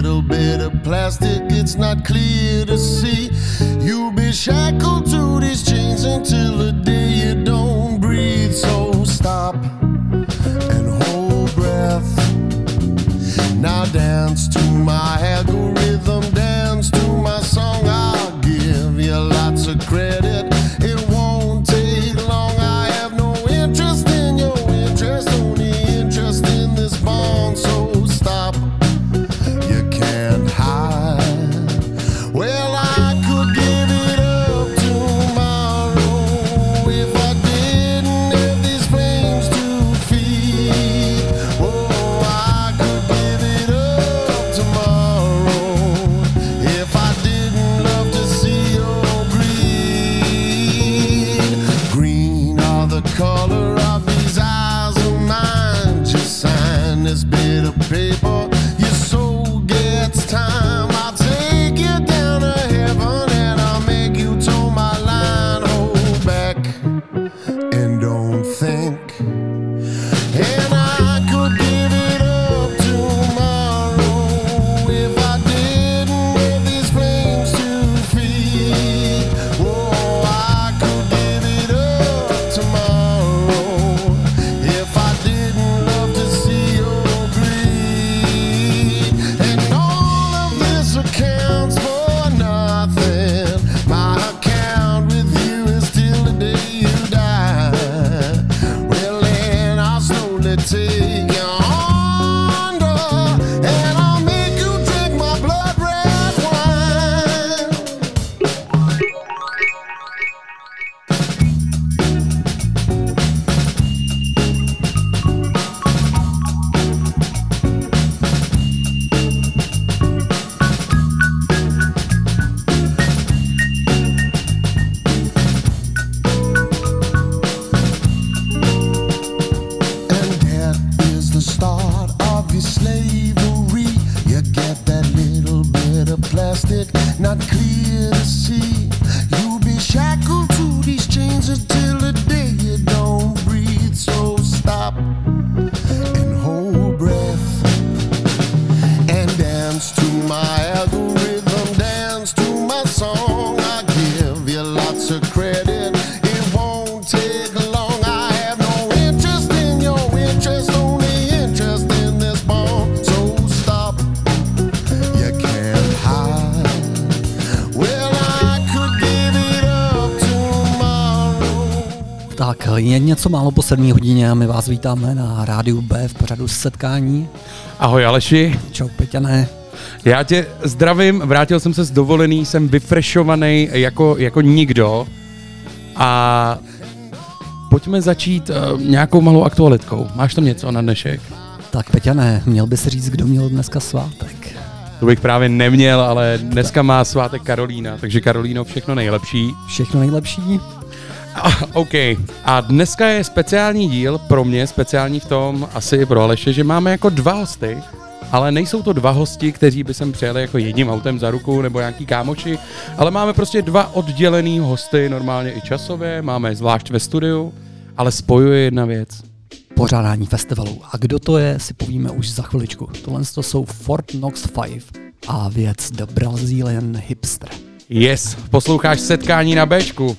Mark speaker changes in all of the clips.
Speaker 1: little bit of plastic, it's not clear to see. You'll be shackled to these chains until the day you don't breathe. So stop and hold breath. Now dance to my algorithm, dance to my song. I'll give you lots of credit. It won't take long. I have no interest in your interest, only interest in this bond. So stop, you can't hide. Well, I could give it up tomorrow if I didn't have these flames to feed. Oh, I could give it up tomorrow if I didn't love to see your greed. Green are the color of these eyes of mine. Just sign this bit of paper. Your soul gets time. I'll take you down to heaven and I'll make you toe my line. Hold back and don't think. And I could give it up tomorrow if I didn't have these flames to feed. Oh, I could give it up tomorrow if I didn't love to see your greed. And all of this accounts for nothing. My account with you is till the day you die. Well, then I'll slowly take you under and I'll make you drink my blood red wine. And that is the start of your slavery. You get that little bit of plastic, not clear to see. You'll be shackled to these chains until the day you don't breathe. So stop and hold breath and dance to my algorithm, dance to my song. I give you lots of credit. It won't take long. I have no interest in your interest, only interest in this bond. So stop, you can't hide. Well, I could give it up tomorrow.
Speaker 2: Tak je něco málo po 7 hodině a my vás vítáme na rádiu B v pořadu Setkání.
Speaker 3: Ahoj Aleši,
Speaker 2: Čau Peťané.
Speaker 3: já tě zdravím, vrátil jsem se z dovolený, jsem vyfreshovaný jako nikdo a pojďme začít nějakou malou aktualitkou. Máš tam něco na dnešek?
Speaker 2: Tak Peťané, měl bys říct, kdo měl dneska svátek.
Speaker 3: To bych právě neměl, ale dneska má svátek Karolína, takže Karolíno, všechno nejlepší.
Speaker 2: Všechno nejlepší.
Speaker 3: OK, a dneska je speciální díl, pro mě speciální v tom, asi i pro Aleše, že máme jako 2 hosty, ale nejsou to 2 hosti, kteří by sem přijeli jako jedním autem za ruku nebo nějaký kámoši, ale máme prostě 2 oddělený hosty, normálně i časově, máme je zvlášť ve studiu, ale spojuje jedna věc.
Speaker 2: Pořádání festivalu. A kdo to je, si povíme už za chviličku. Tohle to jsou Fort Knox 5 a věc The Brazilian Hipster.
Speaker 3: Yes, posloucháš Setkání na Bčku.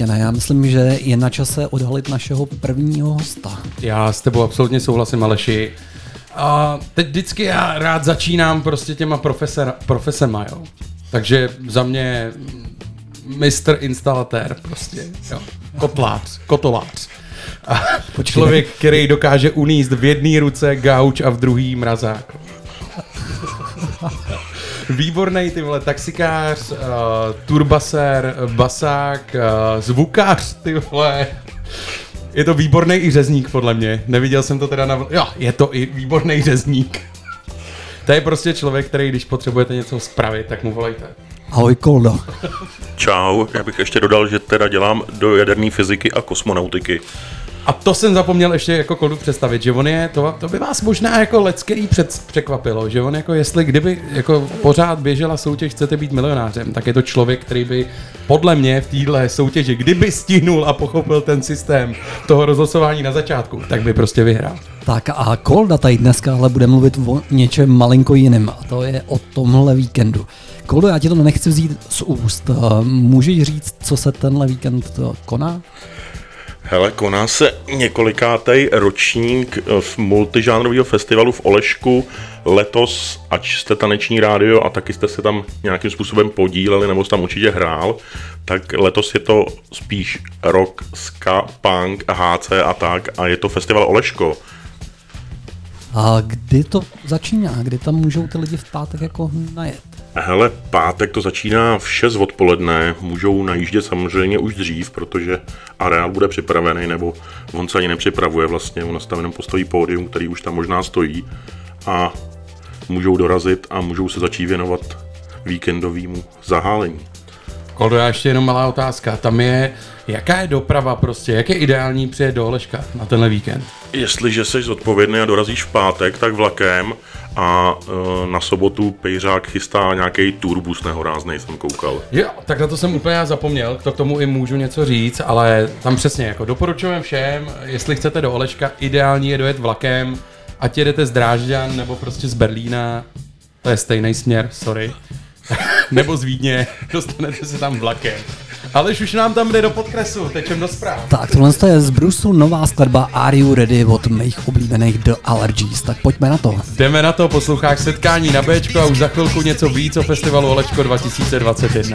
Speaker 2: Martina, já myslím, že je na čase odhalit našeho prvního hosta.
Speaker 3: Já s tebou absolutně souhlasím, Aleši. A teď vždycky já rád začínám prostě těma profesema, jo. Takže za mě mistr instalatér prostě, jo. Kotolář. A člověk, který dokáže uníst v jedné ruce gauč a v druhý mrazák. Výborný, ty vole, taxikář, turbasér, basák, zvukář, ty vole. Je to výborný i řezník, podle mě. Neviděl jsem to teda na... Jo, je to i výborný řezník. To je prostě člověk, který, když potřebujete něco spravit, tak mu volejte.
Speaker 2: Ahoj, Koldo.
Speaker 4: Čau, já bych ještě dodal, že teda dělám do jaderné fyziky a kosmonautiky.
Speaker 3: A to jsem zapomněl ještě jako Koldu představit, že on je, to by vás možná jako leckerý překvapilo, že on jako jestli kdyby jako pořád běžela soutěž Chcete být milionářem, tak je to člověk, který by podle mě v téhle soutěži, kdyby stihnul a pochopil ten systém toho rozhlasování na začátku, tak by prostě vyhrál.
Speaker 2: Tak a Kolda tady dneska ale bude mluvit o něčem malinko jiném a to je o tomhle víkendu. Koldo, já ti to nechci vzít z úst. Můžeš říct, co se tenhle víkend koná?
Speaker 4: Hele, koná se několikátej ročník v multižánrového festivalu v Olešku. Letos, ač jste taneční rádio a taky jste se tam nějakým způsobem podíleli nebo jste tam určitě hrál, tak letos je to spíš rock, ska, punk, HC a tak a je to festival Oleško.
Speaker 2: A kdy to začíná? Kdy tam můžou ty lidi v pátek jako najet?
Speaker 4: Hele, pátek to začíná v 6 odpoledne, můžou najíždět samozřejmě už dřív, protože areál bude připravený, nebo on se ani nepřipravuje vlastně, on tam jenom postaví pódium, který už tam možná stojí a můžou dorazit a můžou se začít věnovat víkendovému zahálení.
Speaker 3: Koldo, já ještě jenom malá otázka, tam je, jaká je doprava prostě, jak je ideální přijet do Oleška na tenhle víkend?
Speaker 4: Jestliže jsi zodpovědný a dorazíš v pátek, tak vlakem a na sobotu Pejřák chystá nějaký turbus nehoráznej, jsem koukal.
Speaker 3: Jo, tak na to jsem úplně zapomněl, to k tomu i můžu něco říct, ale tam přesně jako doporučujeme všem, jestli chcete do Oleška, ideální je dojet vlakem, ať jedete z Drážďan nebo prostě z Berlína, to je stejný směr, sorry, nebo z Vídně, dostanete se tam vlakem. Aleš už nám tam jde do podkresu, tečem do zpráv.
Speaker 2: Tak tohle je z Brusu nová skladba Are You Ready od mých oblíbených The Allergies, tak pojďme na to.
Speaker 3: Jdeme na to, posloucháš Setkání na Bčko a už za chvilku něco víc o festivalu Oleško 2021.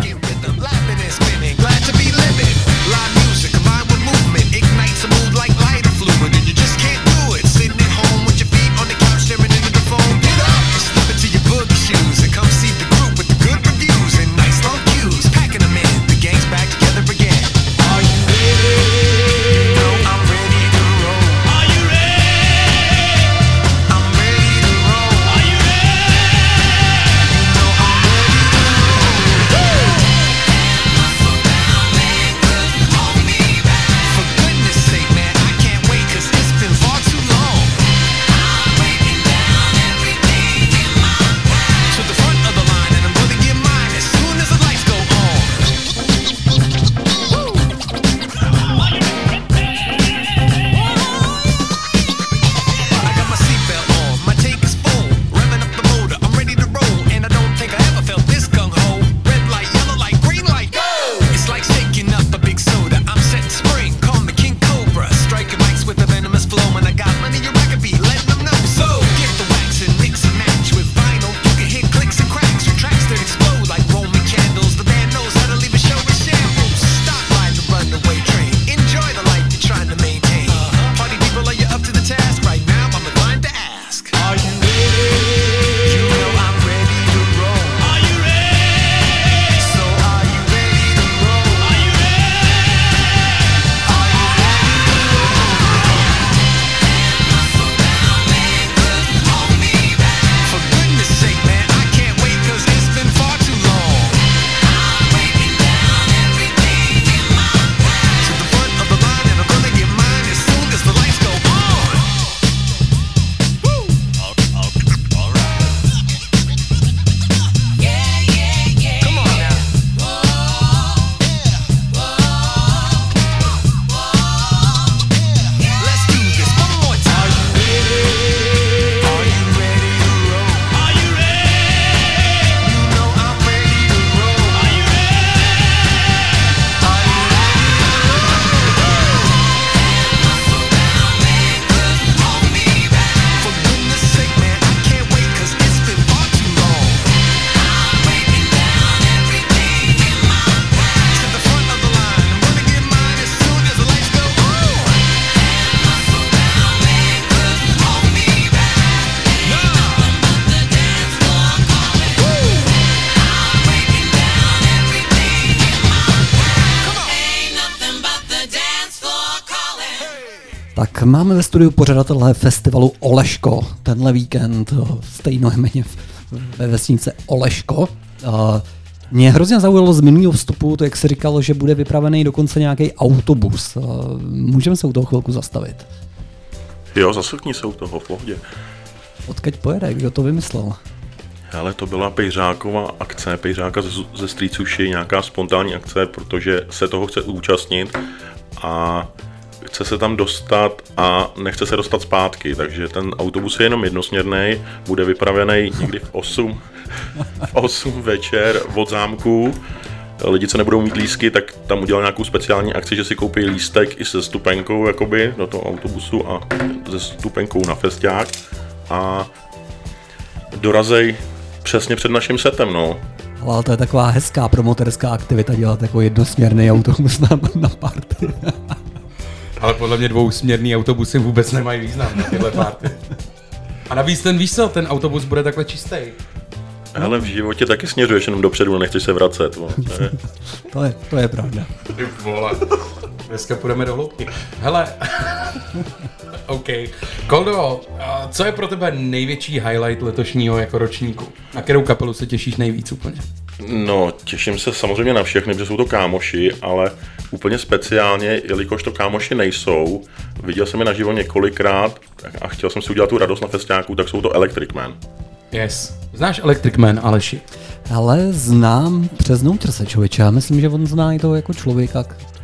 Speaker 2: Tak máme ve studiu pořadatele festivalu Oleško tenhle víkend, stejnojmenně ve vesnice Oleško. Mě hrozně zaujalo z minulého vstupu, to jak se říkalo, že bude vypravený dokonce nějaký autobus. Můžeme se u toho chvilku zastavit?
Speaker 4: Jo, zasekni se u toho, v pohodě.
Speaker 2: Odkud pojede, kdo to vymyslel?
Speaker 4: Hele, to byla Pejřákova akce, Pejřáka ze Street Sushi, nějaká spontánní akce, protože se toho chce účastnit a chce se tam dostat a nechce se dostat zpátky, takže ten autobus je jenom jednosměrný, bude vypravený někdy v 8 večer od zámku. Lidi, co nebudou mít lístky, tak tam udělal nějakou speciální akci, že si koupí lístek i se stupenkou jakoby, do toho autobusu a se stupenkou na festiák a dorazej přesně před naším setem, no.
Speaker 2: Ale to je taková hezká promoterská aktivita dělat jako jednosměrný autobus na party.
Speaker 3: Ale podle mě dvousměrný autobusy vůbec nemají význam na tyhle party. A navíc ten autobus bude takhle čistý.
Speaker 4: Hele, v životě taky směřuješ jenom dopředu a nechceš se vracet. No.
Speaker 2: To je pravda.
Speaker 3: Ty vole. Dneska půjdeme do hloubky. Hele, OK. Koldo, co je pro tebe největší highlight letošního jako ročníku? Na kterou kapelu se těšíš nejvíc úplně?
Speaker 4: No, těším se samozřejmě na všechny, protože jsou to kámoši, ale úplně speciálně, jelikož to kámoši nejsou, viděl jsem je naživo několikrát a chtěl jsem si udělat tu radost na festiáku, tak jsou to Electric Man.
Speaker 3: Yes. Znáš Electric Man, Aleši?
Speaker 2: Ale znám přes Noučerse, člověče. Já myslím, že on zná i toho jako člověka.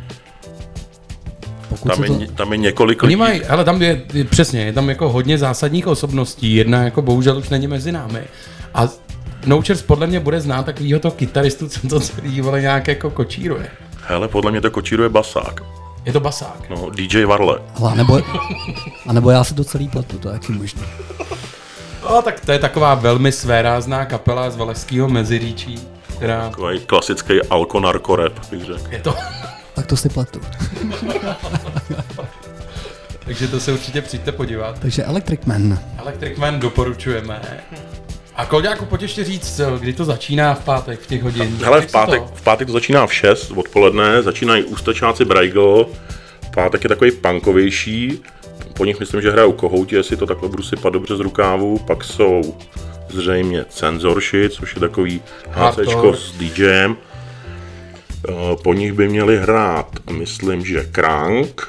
Speaker 4: Tam je několik
Speaker 3: lidí.
Speaker 4: lidí.
Speaker 3: Ale tam je přesně, je tam jako hodně zásadních osobností. Jedna jako bohužel už není mezi námi. A Noučers podle mě bude znát takovýho toho kytaristu, co to celý nějak jako kočíruje.
Speaker 4: Hele, podle mě to kočíruje basák.
Speaker 3: Je to basák.
Speaker 4: No, DJ Varle.
Speaker 2: A nebo já si to celý platu, to je jaký možný.
Speaker 3: No, tak to je taková velmi svérázná kapela z Valašského Meziříčí, která...
Speaker 4: Takový klasický alko-narko-rap, bych řekl.
Speaker 3: Je to...
Speaker 2: Tak to si platu.
Speaker 3: Takže to se určitě přijďte podívat.
Speaker 2: Takže Electric Man.
Speaker 3: Electric Man doporučujeme. A Kolďáku, pojď ještě říct, kdy to začíná v pátek, v těch hodin.
Speaker 4: Hele, v pátek to začíná v 6 odpoledne, začínají Ústečáci Braigl, pátek je takový punkovější, po nich myslím, že hrajou Kohouti, jestli to takhle budu sypat dobře z rukávu, pak jsou zřejmě Cenzorshi, což je takový HCčko s DJem, po nich by měli hrát, myslím, že Krank,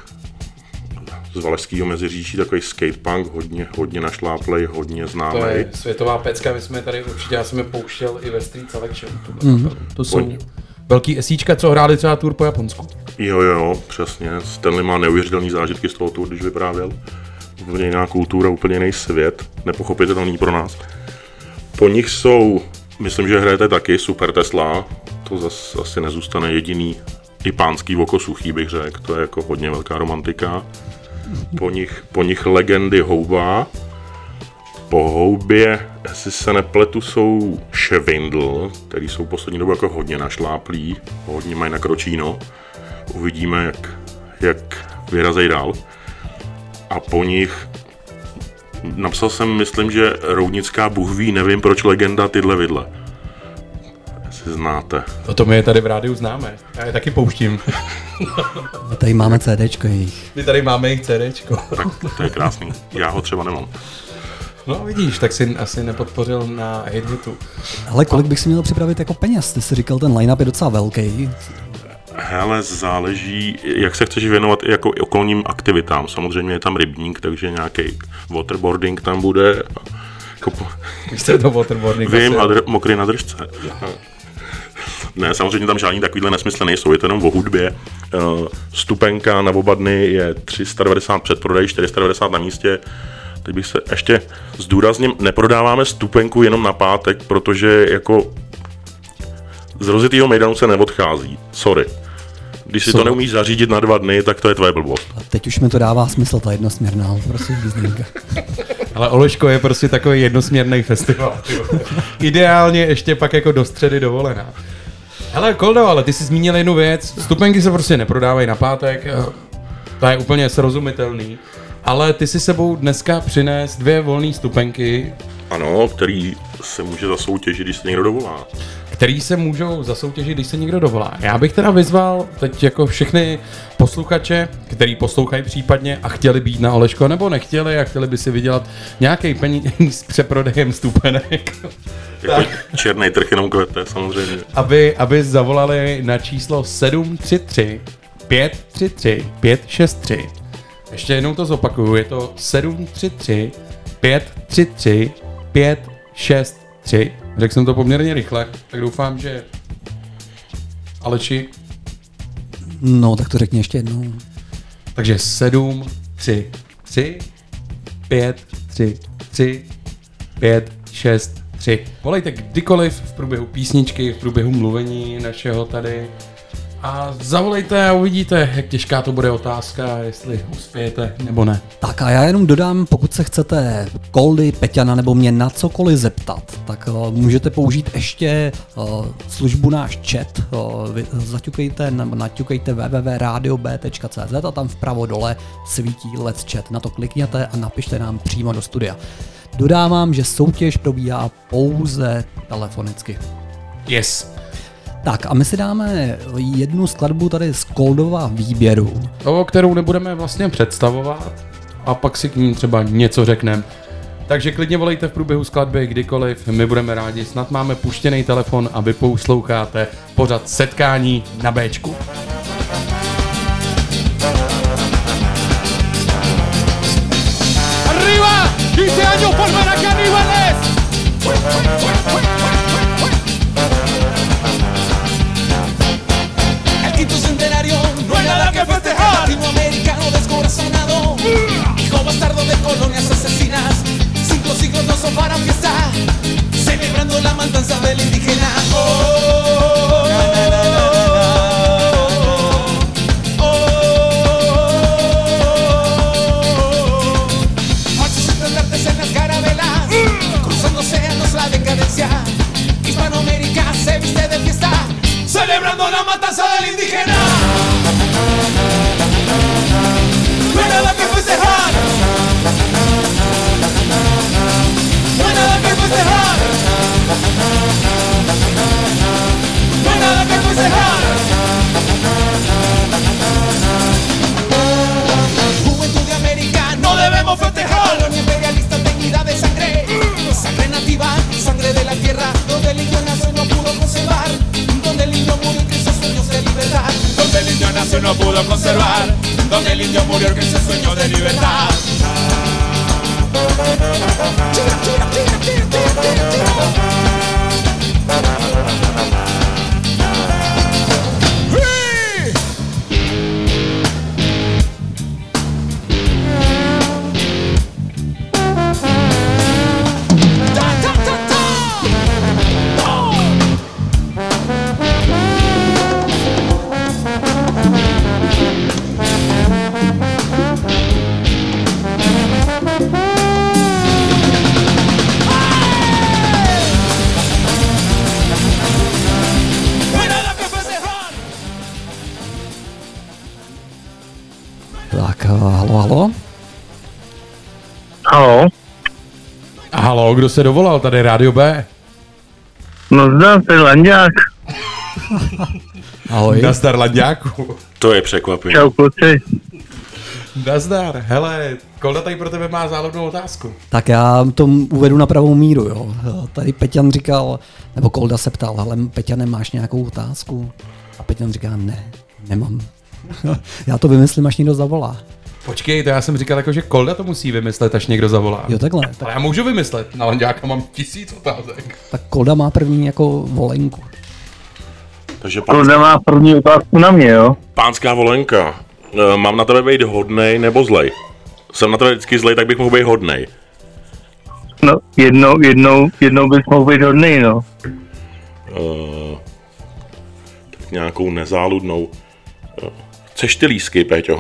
Speaker 4: z Valašského Meziříčí, takový skatepunk, hodně našláplej, hodně známý.
Speaker 3: To je světová pecka, my jsme tady určitě, já jsem je pouštěl i ve Street Selection. To jsou velký esíčka, co hráli třeba tour po Japonsku.
Speaker 4: Jo, přesně. Stanley má neuvěřitelné zážitky z toho tour, když vyprávěl. Úplně jiná kultura, úplně jiný svět. Nepochopitelný pro nás. Po nich jsou, myslím, že hrajete taky Super Tesla. To zase asi nezůstane jediný i pánský oko suchý, bych řekl. To je jako hodně velká romantika. Po nich legendy Houba. Po Houbě, jestli se nepletu, jsou Švindl, který jsou poslední dobu jako hodně našláplí, hodně mají nakročíno. Uvidíme, jak vyrazej dál. A po nich napsal jsem, myslím, že Roudnická Bůh ví, nevím proč legenda tyhle vidle. Jestli znáte.
Speaker 3: To my je tady v rádiu známe. Já je taky pouštím.
Speaker 2: My tady máme CDčko jejich.
Speaker 3: My tady máme jejich CDčko.
Speaker 4: Tak to je krásný. Já ho třeba nemám.
Speaker 3: No vidíš, tak si asi nepodpořil na Hit-Hitu.
Speaker 2: Ale kolik bych si měl připravit jako peněz? Ty jsi říkal, ten line-up je docela velký.
Speaker 4: Hele, záleží, jak se chceš věnovat i jako okolním aktivitám. Samozřejmě je tam rybník, takže nějaký waterboarding tam bude.
Speaker 3: Víš, co je to waterboarding?
Speaker 4: Vím, mokrý na držce. Ne, samozřejmě tam žádný takovýhle nesmysly nejsou, je to jenom o hudbě. Stupenka na oba dny je 390 předprodej, 490 na místě. Teď bych se ještě zdůrazním, neprodáváme stupenku jenom na pátek, protože jako z rozjetýho mejdanu se neodchází. Sorry. Když si to neumíš zařídit na 2 dny, tak to je tvoje blbost.
Speaker 2: A teď už mi to dává smysl, ta jednosměrná, prostě jízdenka.
Speaker 3: Ale Oleško je prostě takový jednosměrný festival. Ideálně ještě pak jako do středy dovolená. Hele, Koldo, ale ty jsi zmínil jednu věc. Stupenky se prostě neprodávají na pátek. To je úplně srozumitelný. Ale ty si sebou dneska přines 2 volné stupenky.
Speaker 4: Ano, který se může zasoutěžit, když se někdo dovolá.
Speaker 3: Který se můžou zasoutěžit, když se někdo dovolá. Já bych teda vyzval teď jako všechny posluchače, který poslouchají případně a chtěli být na Olešku, nebo nechtěli a chtěli by si vydělat nějaký peníz s přeprodejem stupenek.
Speaker 4: Jako černý trh jenom kvete, samozřejmě.
Speaker 3: Aby zavolali na číslo 733 533 563. Ještě jednou to zopakuju, je to 733 533 563. Řekl jsem to poměrně rychle, tak doufám, že Aleši.
Speaker 2: No, tak to řekni ještě jednou.
Speaker 3: Takže 7, 3, 3, 5, 3, 3, 5, 6, 3. Volejte kdykoliv v průběhu písničky, v průběhu mluvení našeho tady. A zavolejte a uvidíte, jak těžká to bude otázka, jestli uspějete nebo ne.
Speaker 2: Tak a já jenom dodám, pokud se chcete Koldy, Peťana nebo mě na cokoliv zeptat, tak můžete použít ještě službu náš chat. Zaťukejte nebo naťukejte www.radiob.cz a tam vpravo dole svítí Let's Chat. Na to klikněte a napište nám přímo do studia. Dodávám, že soutěž probíhá pouze telefonicky.
Speaker 3: Yes.
Speaker 2: Tak a my si dáme jednu skladbu tady z Koldova výběru.
Speaker 3: O kterou nebudeme vlastně představovat a pak si k ní třeba něco řekneme. Takže klidně volejte v průběhu skladby kdykoliv, my budeme rádi, snad máme puštěný telefon a vy posloucháte pořad Setkání na Bčku. Arriba! 15 años por ver a Caníbales!
Speaker 5: Quinto centenario, no hay nada que festejar. Latinoamericano descorazonado, hijo bastardo de colonias asesinas. 5 siglos no son para fiesta, celebrando la matanza del indígena. Oh, na, na, na, na, na. Oh, falsos estandartes en las carabelas, cruzando océanos la decadencia. Hispanoamérica se viste de fiesta, celebrando la matanza del indígena. No hay nada que festejar. No hay nada que festejar. No hay nada que festejar. Juventud de América, no debemos festejar. Colonia imperialista, teñida de sangre. Sangre nativa, sangre de la tierra, donde el indio nació y no pudo conservar. Donde el indio murió y creció sueños de libertad. Donde el indio nació y no pudo conservar. Donde el indio murió y creció sueños de libertad. Tira, tira, tira, tira, tira, tira, tira.
Speaker 2: Tak, halo?
Speaker 6: Halo?
Speaker 3: Halo, kdo se dovolal? Tady Rádio B.
Speaker 6: No zdám se, Lanďák.
Speaker 2: Ahoj.
Speaker 3: Nazdar, Lanďáku.
Speaker 4: To je překvapení.
Speaker 6: Čau, kluci.
Speaker 3: Nazdar, hele, Kolda tady pro tebe má záludnou otázku.
Speaker 2: Tak já to uvedu na pravou míru, jo. Tady Peťan říkal, nebo Kolda se ptal, hele, Peťane, máš nějakou otázku? A Peťan říká, ne, nemám. Já to vymyslím, až někdo zavolá.
Speaker 3: Počkej, to já jsem říkal jako, že Kolda to musí vymyslet, až někdo zavolá.
Speaker 2: Jo, takhle.
Speaker 3: Ale já můžu vymyslet, na Lanďáka mám 1000 otázek.
Speaker 2: Tak Kolda má první jako volenku.
Speaker 4: Takže
Speaker 6: Kolda má první otázku na mě, jo?
Speaker 4: pánská volenka. Mám na tebe být hodnej nebo zlej? Jsem na tebe vždycky zlej, tak bych mohl být hodnej.
Speaker 6: No, jednou bys mohl být hodnej, no.
Speaker 4: Tak nějakou nezáludnou. Chceš ty lísky, Péťo?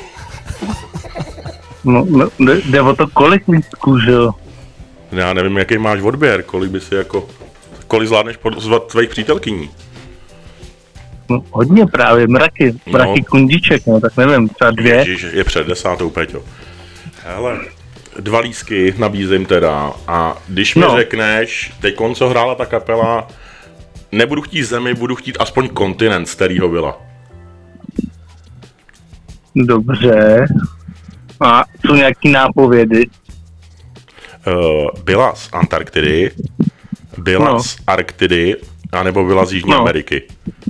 Speaker 6: No, jde o to, kolik lístků, že jo?
Speaker 4: Já nevím, jaký máš odběr, kolik zvládneš pozvat tvých přítelkyní.
Speaker 6: No, hodně právě, mraky kundiček, no, tak nevím, třeba 2.
Speaker 4: Ježiš, je před 10, Péťo. Hele, 2 lístky nabízím teda a když mi řekneš, teď co hrála ta kapela, nebudu chtít zemi, budu chtít aspoň kontinent, z kterýho byla.
Speaker 6: Dobře. A jsou nějaký nápovědy?
Speaker 4: Byla z Antarktidy, byla z Arktidy, anebo byla z Jižní Ameriky.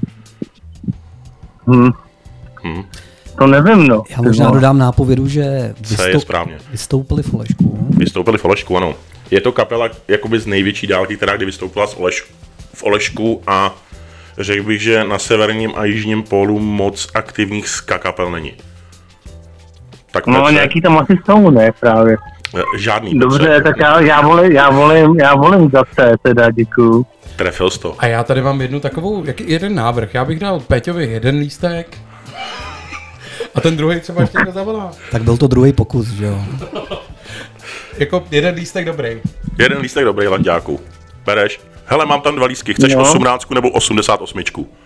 Speaker 6: To nevím, no.
Speaker 2: Já možná dodám nápovědu, že vystoupili v Olešku.
Speaker 4: Vystoupili v Olešku, ano. Je to kapela jakoby z největší dálky, která kdy vystoupila v Olešku a řekl bych, že na severním a jižním pólu moc aktivních ska kapel není. Tak
Speaker 6: no Petře, nějaký tam asi jsou, ne, právě.
Speaker 4: Žádný.
Speaker 6: Dobře,
Speaker 4: Petře.
Speaker 6: tak já volím za C, teda děkuju.
Speaker 4: Trefil jsi to.
Speaker 3: A já tady mám jeden návrh. Já bych dal Peťovi jeden lístek a ten druhý třeba ještě někdo zavolá.
Speaker 2: Tak byl to druhý pokus, že jo?
Speaker 3: Jako jeden lístek dobrý.
Speaker 4: Jeden lístek dobrý, Lanďáku. Bereš? Hele, mám tam 2 lístky. Chceš 18 nebo 88?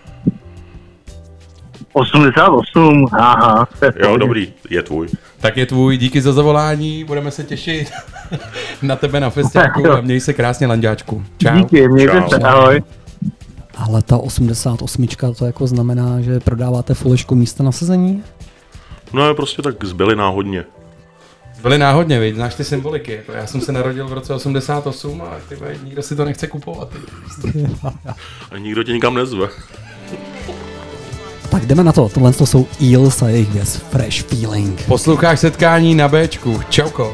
Speaker 6: 88, aha.
Speaker 4: Jo, dobrý, je tvůj.
Speaker 3: Tak je tvůj, díky za zavolání, budeme se těšit na tebe na festiáku a měj se krásně, Lanďáčku. Čau.
Speaker 6: Díky, mějte se, ahoj.
Speaker 2: Ale ta 88, to jako znamená, že prodáváte v Olešku místa na sezení?
Speaker 4: No prostě tak zbyli náhodně.
Speaker 3: Byli náhodně, viď? Znáš ty symboliky. Jako já jsem se narodil v roce 88 a nikdo si to nechce kupovat.
Speaker 4: A nikdo tě nikam nezve.
Speaker 2: Tak jdeme na to. Tohle jsou Eels a jejich věc Fresh Feeling.
Speaker 3: Posloucháš Setkání na Bčku. Čauko.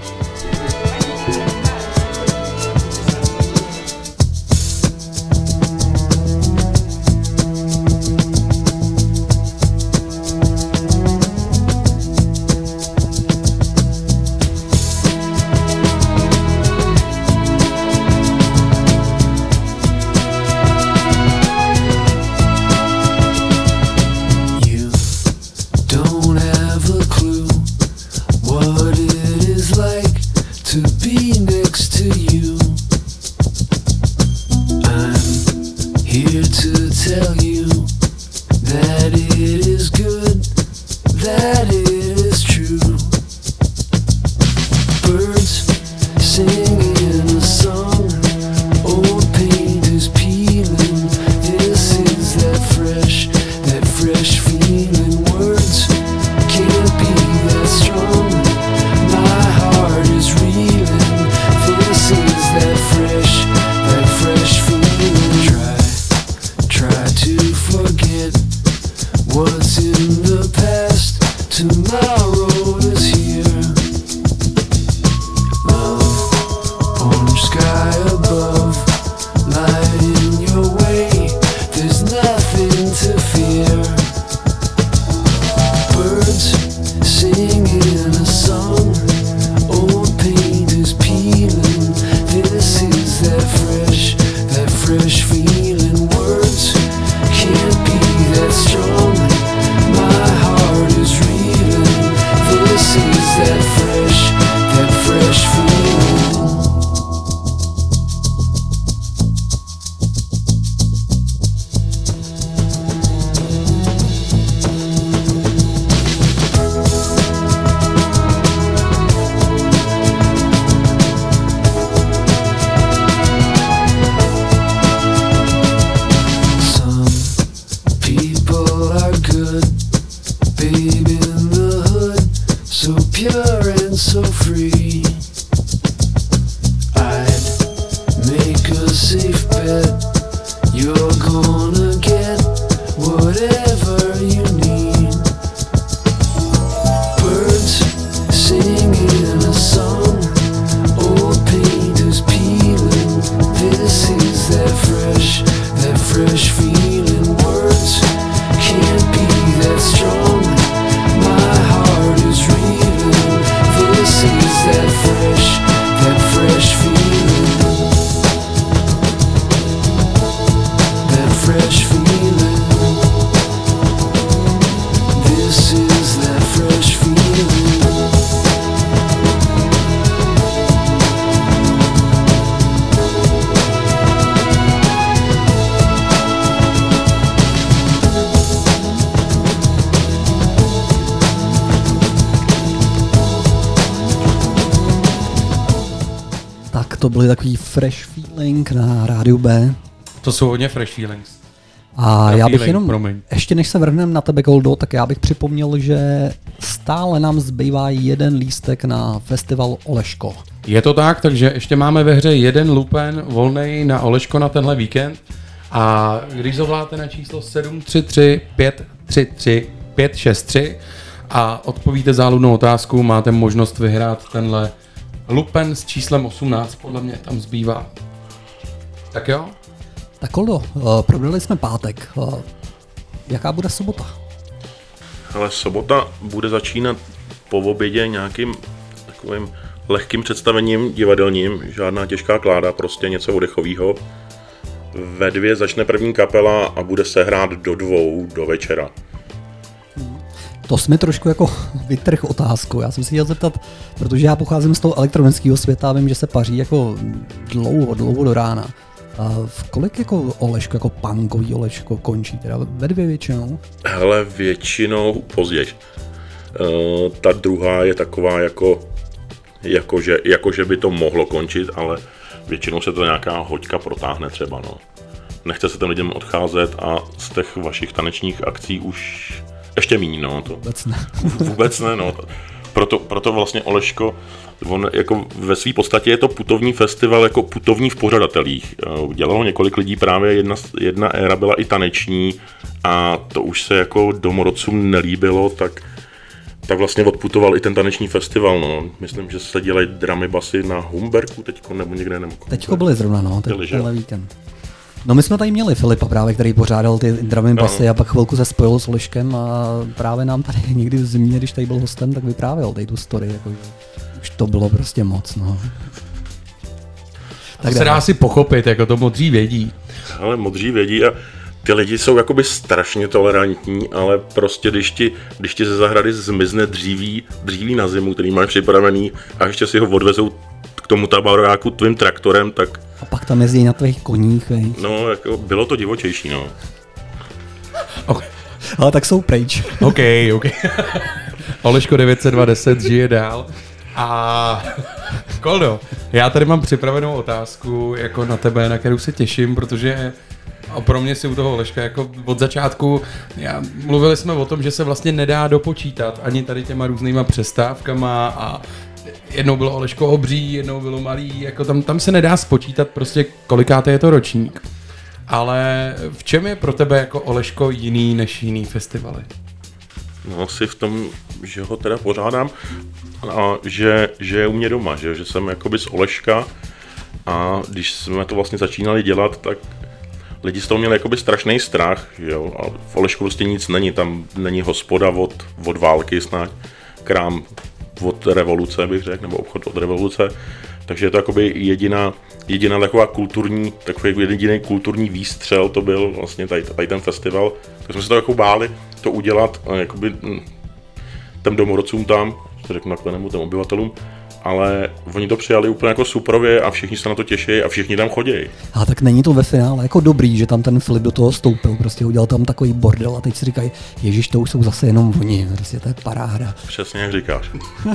Speaker 2: To byly takový Fresh Feeling na rádiu B.
Speaker 3: To jsou hodně Fresh Feelings.
Speaker 2: A já bych
Speaker 3: feeling,
Speaker 2: jenom,
Speaker 3: promiň.
Speaker 2: ještě než se vrhneme na tebe, Goldo, tak já bych připomněl, že stále nám zbývá jeden lístek na festival Oleško.
Speaker 3: Je to tak, takže ještě máme ve hře jeden lupen volnej na Oleško na tenhle víkend. A když zavoláte na číslo 733 533 563 a odpovíte záludnou otázku, máte možnost vyhrát tenhle lupen s číslem 18, podle mě tam zbývá. Tak jo?
Speaker 2: Tak Goldo, probrali jsme pátek. Jaká bude sobota?
Speaker 4: Ale sobota bude začínat po obědě nějakým takovým lehkým představením divadelním, žádná těžká kláda, prostě něco oddechového. Ve 2 začne první kapela a bude se hrát do 2 do večera.
Speaker 2: To jsme trošku jako vytrh otázku. Já jsem si chtěl zeptat, protože já pocházím z toho elektronického světa a vím, že se paří jako dlouho do rána. A v kolik jako Oleško, jako punkový Oleško končí? Teda ve 2 většinou?
Speaker 4: Hele, většinou později. Ta druhá je taková jakože by to mohlo končit, ale většinou se to nějaká hoďka protáhne třeba, no. Nechce se těm lidem odcházet a z těch vašich tanečních akcí už ještě míň, no. To
Speaker 2: Vůbec ne.
Speaker 4: vůbec ne, no. Proto vlastně Oleško, on jako ve své podstatě je to putovní festival, jako putovní v pořadatelích. Dělalo několik lidí, právě jedna éra byla i taneční a to už se jako domorodcům nelíbilo, tak vlastně odputoval i ten taneční festival, no. Myslím, že se dělají dramy basy na Humberku teďko, nebo někde, nebo...
Speaker 2: Teďko byly zrovna, no,
Speaker 4: Byly, že?
Speaker 2: tenhle víkend. No my jsme tady měli Filipa právě, který pořádal ty dramy basy a pak chvilku se spojil s Oleškem a právě nám tady někdy v zimě, když tady byl hostem, tak vyprávěl tady tu story, jakože už to bylo prostě moc, no.
Speaker 3: Tak se dá si pochopit, jako to modří vědí.
Speaker 4: Ale modří vědí a ty lidi jsou jakoby strašně tolerantní, ale prostě když ti ze zahrady zmizne dříví na zimu, který máš připravený a ještě si ho odvezou k tomu tabaráku tvým traktorem, tak...
Speaker 2: A pak tam jezdí na tvých koních, vej.
Speaker 4: No, jako bylo to divočejší, no.
Speaker 3: Okay.
Speaker 2: Ale tak jsou pryč.
Speaker 3: OK. Oleško 90210 žije dál. A Koldo, já tady mám připravenou otázku jako na tebe, na kterou se těším, protože pro mě si u toho Oleška jako od začátku, mluvili jsme o tom, že se vlastně nedá dopočítat ani tady těma různýma přestávkama a jednou bylo Oleško obří, jednou bylo malý, jako tam se nedá spočítat prostě kolikáté je to ročník. Ale v čem je pro tebe jako Oleško jiný než jiný festivaly?
Speaker 4: No asi v tom, že ho teda pořádám a že je u mě doma, že jsem jakoby z Oleška a když jsme to vlastně začínali dělat, tak lidi z toho měli jakoby strašný strach, jo, a v Olešku prostě nic není, tam není hospoda od války snad, krám od revoluce bych řekl, nebo obchod od revoluce, takže je to jakoby jediná taková takový jediný kulturní výstřel to byl vlastně tady ten festival, tak jsme se to jako báli to udělat, jakoby těm domorodcům tam, to řeknu takhle, nebo těm obyvatelům, ale oni to přijali úplně jako suprově a všichni se na to těší a všichni tam chodí.
Speaker 2: A tak není to ve finále jako dobrý, že tam ten Filip do toho stoupil, prostě udělal tam takový bordel a teď si říkají, ježiš, to už jsou zase jenom oni, prostě to je paráda.
Speaker 4: Přesně jak říkáš.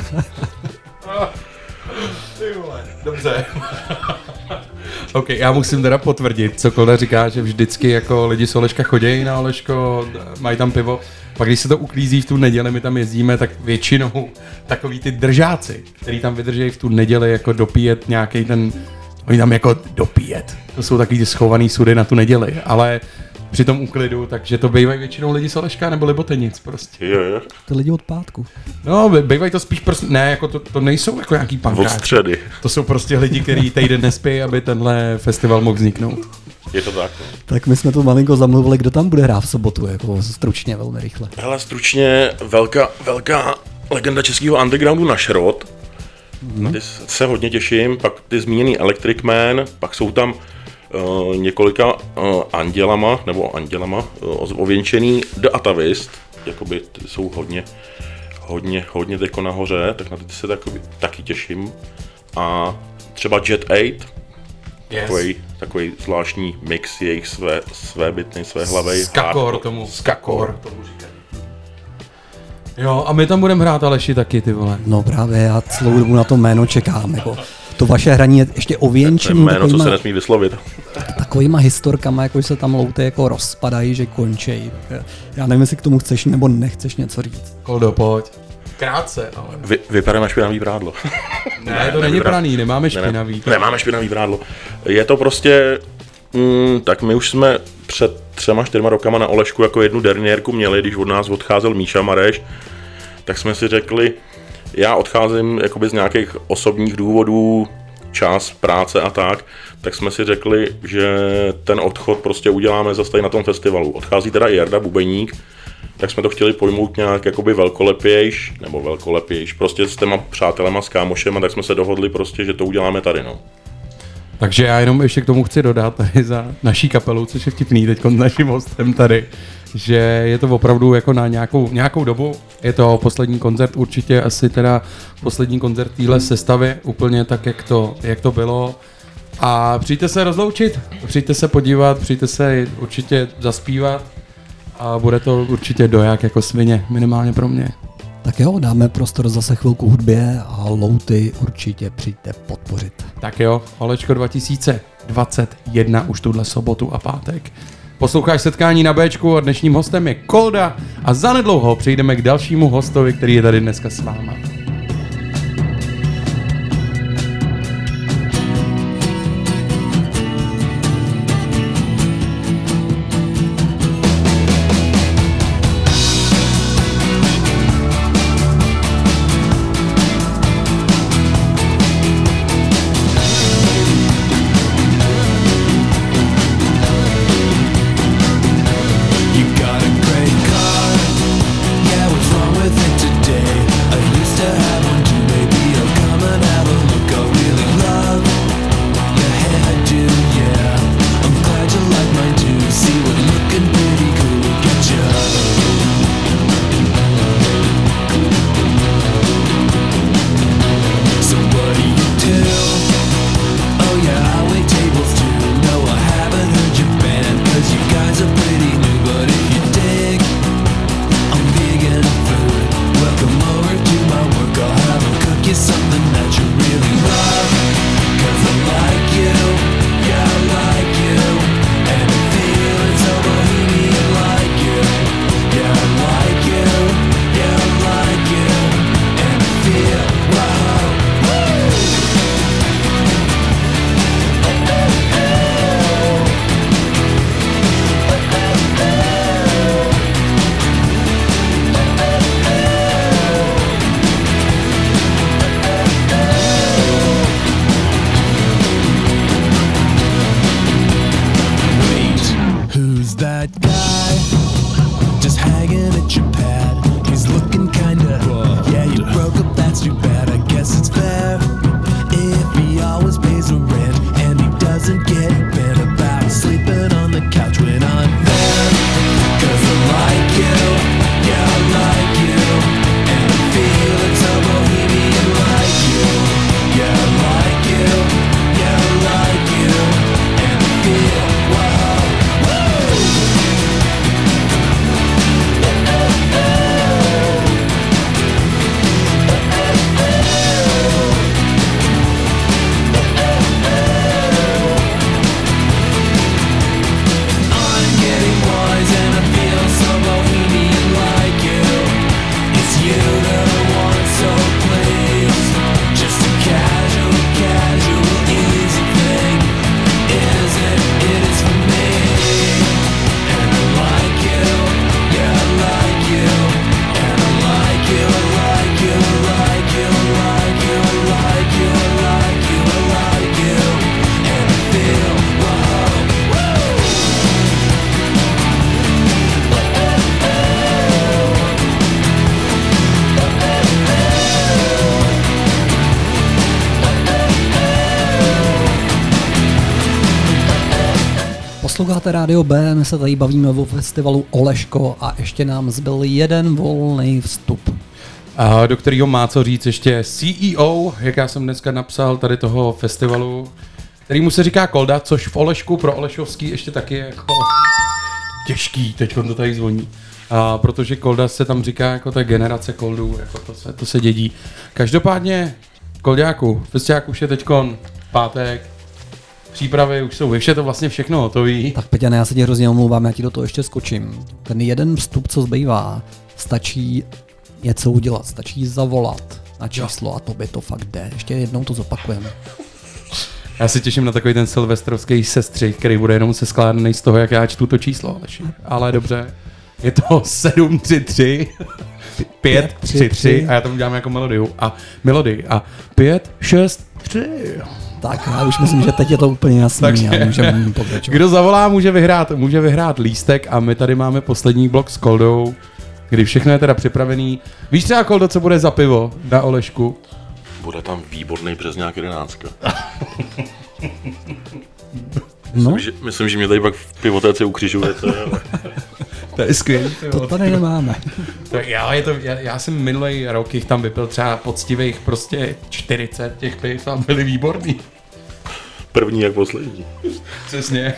Speaker 3: Dobře. OK, já musím teda potvrdit, co Kolda říká, že vždycky jako lidi z Oleška chodějí na Oleško, mají tam pivo. Pak když se to uklízí v tu neděli, my tam jezdíme, tak většinou takový ty držáci, který tam vydrží v tu neděli jako dopíjet nějaký ten, oni tam jako dopíjet. To jsou takový ty schovaný sudy na tu neděli, ale při tom úklidu, takže to bývají většinou lidi z Oleška nebo Libotenic prostě.
Speaker 4: Je.
Speaker 2: Ty lidi od pátku.
Speaker 3: No, bývají to spíš prostě, ne, jako to nejsou jako nějaký
Speaker 4: Od
Speaker 3: pankáči.
Speaker 4: středy.
Speaker 3: To jsou prostě lidi, kteří týden nespí, aby tenhle festival mohl vzniknout.
Speaker 4: Je to tak. No.
Speaker 2: Tak my jsme tu malinko zamluvili, kdo tam bude hrát v sobotu, jako stručně, velmi rychle.
Speaker 4: Hele, stručně velká legenda českého undergroundu na Šrot. Ty se hodně těším, pak ty zmíněný Electric Man, pak jsou tam několika andělama ověnčený The Atavist, jakoby ty jsou hodně jako nahoře, tak na ty se taky těším. A třeba Jet 8, takový zvláštní mix jejich svébytný, svéhlavej.
Speaker 3: Skakor tomu říkají. Jo, a my tam budeme hrát Aleši taky, ty vole.
Speaker 2: No právě, já celou dobu na to jméno čekám, jako. to vaše hraní je ještě ověnčený
Speaker 4: jméno, co se nesmí vyslovit.
Speaker 2: Takovýma historkama, jako se tam louty jako rozpadají, že končejí. Já nevím, jestli k tomu chceš nebo nechceš něco říct.
Speaker 3: Koldo, pojď. Krátce, ale.
Speaker 4: Vypereme špinavý prádlo.
Speaker 3: Ne, to není praný, nemáme špinavý.
Speaker 4: Nemáme špinavý prádlo. Je to prostě, tak my už jsme před 3-4 rokama na Olešku jako jednu derniérku měli, když od nás odcházel Míša Mareš, tak jsme si řekli, já odcházím jakoby z nějakých osobních důvodů, čas, práce a tak jsme si řekli, že ten odchod prostě uděláme zase tady na tom festivalu. Odchází teda i Jarda Bubeník, tak jsme to chtěli pojmout nějak jakoby velkolepějš, prostě s těma přátelema, s kámošema, tak jsme se dohodli prostě, že to uděláme tady, no.
Speaker 3: Takže já jenom ještě k tomu chci dodat tady za naší kapelu, což je vtipný teď s naším hostem tady, že je to opravdu jako na nějakou dobu. Je to poslední koncert, určitě asi teda poslední koncert téhle sestavy, úplně tak, jak to bylo. A přijďte se rozloučit, přijďte se podívat, přijďte se určitě zaspívat a bude to určitě doják jako svině, minimálně pro mě.
Speaker 2: Tak jo, dáme prostor zase chvilku hudbě a louty určitě přijďte podpořit.
Speaker 3: Tak jo, Olečko 2021 už tuhle sobotu a pátek. Posloucháš Setkání na Bčku a dnešním hostem je Kolda a zanedlouho přejdeme k dalšímu hostovi, který je tady dneska s váma.
Speaker 2: Posloucháte Rádio B, my se tady bavíme o festivalu Oleško a ještě nám zbyl jeden volný vstup.
Speaker 3: Do kterého má co říct ještě CEO, jak já jsem dneska napsal tady toho festivalu, kterýmu se říká Kolda, což v Olešku pro Olešovský ještě taky je jako těžký, teď to tady zvoní. Protože Kolda se tam říká jako ta generace Koldů, jako to se dědí. Každopádně Kolďáku, festiák už je teďkon pátek, přípravy už jsou, už je to vlastně všechno hotový.
Speaker 2: Tak Peťane, já se ti hrozně omlouvám, já ti do toho ještě skočím. Ten jeden vstup, co zbývá, stačí něco udělat, stačí zavolat na číslo a to by to fakt jde. Ještě jednou to zopakujeme.
Speaker 3: Já se těším na takový ten silvestrovský sestřih, který bude jenom seskládaný z toho, jak já čtu to číslo, Aleši. Ale dobře, je to 733 533 a já tam udělám jako melodii a 5, 6, 3.
Speaker 2: Tak, já už myslím, že teď je to úplně jasný a můžeme pokračovat.
Speaker 3: Kdo zavolá, může vyhrát lístek a my tady máme poslední blok s Koldou, kdy všechno je teda připravený. Víš třeba, Koldo, co bude za pivo na Olešku?
Speaker 4: Bude tam výborný březňák 11.
Speaker 2: No,
Speaker 4: Myslím, že mě tady pak v pivotéce ukřižujete.
Speaker 3: To je skvělý.
Speaker 2: to tady nemáme.
Speaker 3: Já jsem minulý rok jich tam vypil třeba poctivých prostě 40 těch piv a byli výborný.
Speaker 4: První jak poslední.
Speaker 3: Přesně.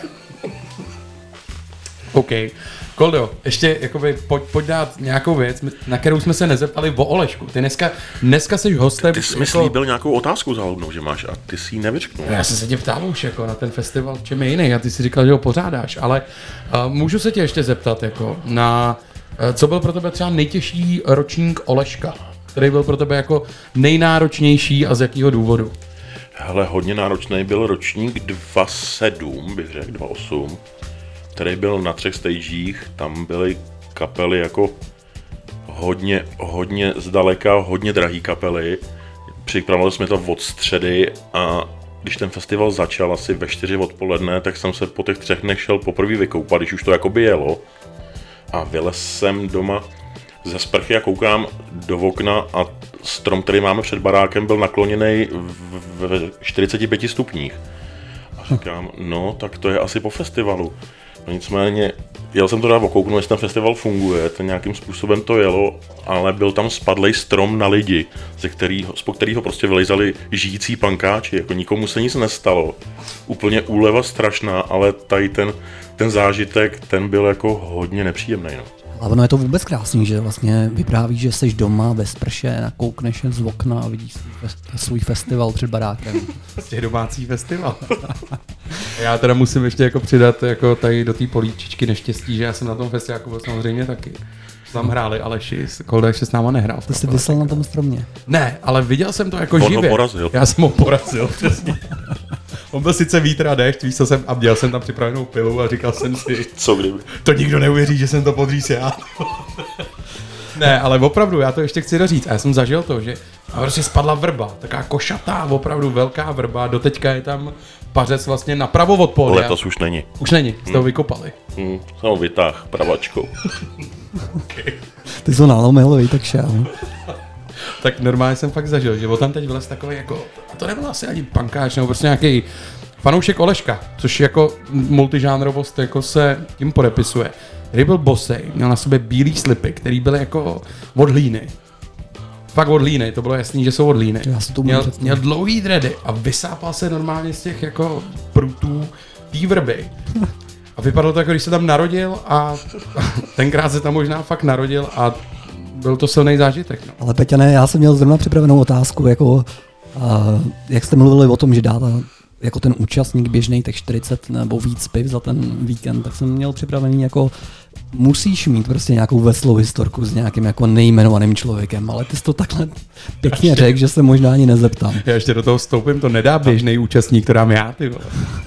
Speaker 3: OK. Koldo, ještě jakoby pojď dát nějakou věc, na kterou jsme se nezeptali o Olešku. Ty dneska jsi hostem.
Speaker 4: Ty jsi mi slíbil nějakou otázku záludnou, že máš a ty si ji nevyřknul.
Speaker 3: Já jsem se tě ptal už jako na ten festival, v čem je jiný a ty si říkal, že ho pořádáš, ale můžu se tě ještě zeptat jako na, co byl pro tebe třeba nejtěžší ročník Oleška, který byl pro tebe jako nejnáročnější a z jakého důvodu?
Speaker 4: Hele, hodně náročný byl ročník 2.7, bych řekl, 2.8, který byl na 3 stagech, tam byly kapely jako hodně zdaleka, hodně drahý kapely. Připravili jsme to od středy a když ten festival začal asi ve 4 odpoledne, tak jsem se po těch 3 dnech šel poprvé vykoupat, když už to jakoby jelo. A vylez jsem doma ze sprchy a koukám do okna a strom, který máme před barákem, byl nakloněný v 45 stupních. A říkám, no, tak to je asi po festivalu. No nicméně, jel jsem to dát okouknout, jestli ten festival funguje, ten nějakým způsobem to jelo, ale byl tam spadlej strom na lidi, po kterého prostě vylejzali žijící pankáči, jako nikomu se nic nestalo. Úplně úleva strašná, ale tady ten zážitek, ten byl jako hodně nepříjemný. No.
Speaker 2: Ale ono je to vůbec krásný, že vlastně vyprávíš, že jsi doma ve sprše, nakoukneš z okna a vidíš svůj festival před barákem.
Speaker 3: Prostě domácí festival. Já teda musím ještě jako přidat jako tady do té políčičky neštěstí, že já jsem na tom festivalu byl samozřejmě taky. Tam hráli Aleši, Kolda ještě s náma nehrál.
Speaker 2: Ty jsi vysel na tom stromě.
Speaker 3: Ne, ale viděl jsem to jako živě.
Speaker 4: On ho porazil.
Speaker 3: Já jsem ho porazil, přesně. On byl sice vítr a déšť, víš co jsem, a měl jsem tam připravenou pilu a říkal jsem si,
Speaker 4: co kdyby?
Speaker 3: To nikdo neuvěří, že jsem to podříz já. Ne, ale opravdu, já to ještě chci doříct. A já jsem zažil to, že prostě spadla vrba, taková košatá, opravdu velká vrba, doteďka je tam pařec vlastně napravo od pódia.
Speaker 4: Letos už není.
Speaker 3: Už není, jste ho vykopali.
Speaker 4: Jsem ho vytáhl pravačkou.
Speaker 3: Okay.
Speaker 2: Ty jsi ho nalomil, tak šel.
Speaker 3: Tak normálně jsem fakt zažil, že tam teď vylez takový jako, a to nebyl asi ani pankáč, nebo prostě nějaký fanoušek Oleška, což jako multižánrovost jako se tím podepisuje. Který byl bosej, měl na sobě bílý slipy, který byly jako od hlíny. Fakt od hlíny, to bylo jasný, že jsou od hlíny. Měl dlouhý dready a vysápal se normálně z těch jako prutů té vrby. A vypadalo to jako, když se tam narodil a tenkrát se tam možná fakt narodil a byl to silný zážitek. No.
Speaker 2: Ale Peťane, já jsem měl zrovna připravenou otázku, jako jak jste mluvili o tom, že dáte jako ten účastník běžnej tak 40 nebo víc piv za ten víkend, tak jsem měl připravený jako musíš mít prostě nějakou veselou historku s nějakým jako nejmenovaným člověkem, ale ty jsi to takhle pěkně řekl, že se možná ani nezeptám.
Speaker 3: Já ještě do toho vstoupím, to nedá běžnej účastník, to dám já, ty vole.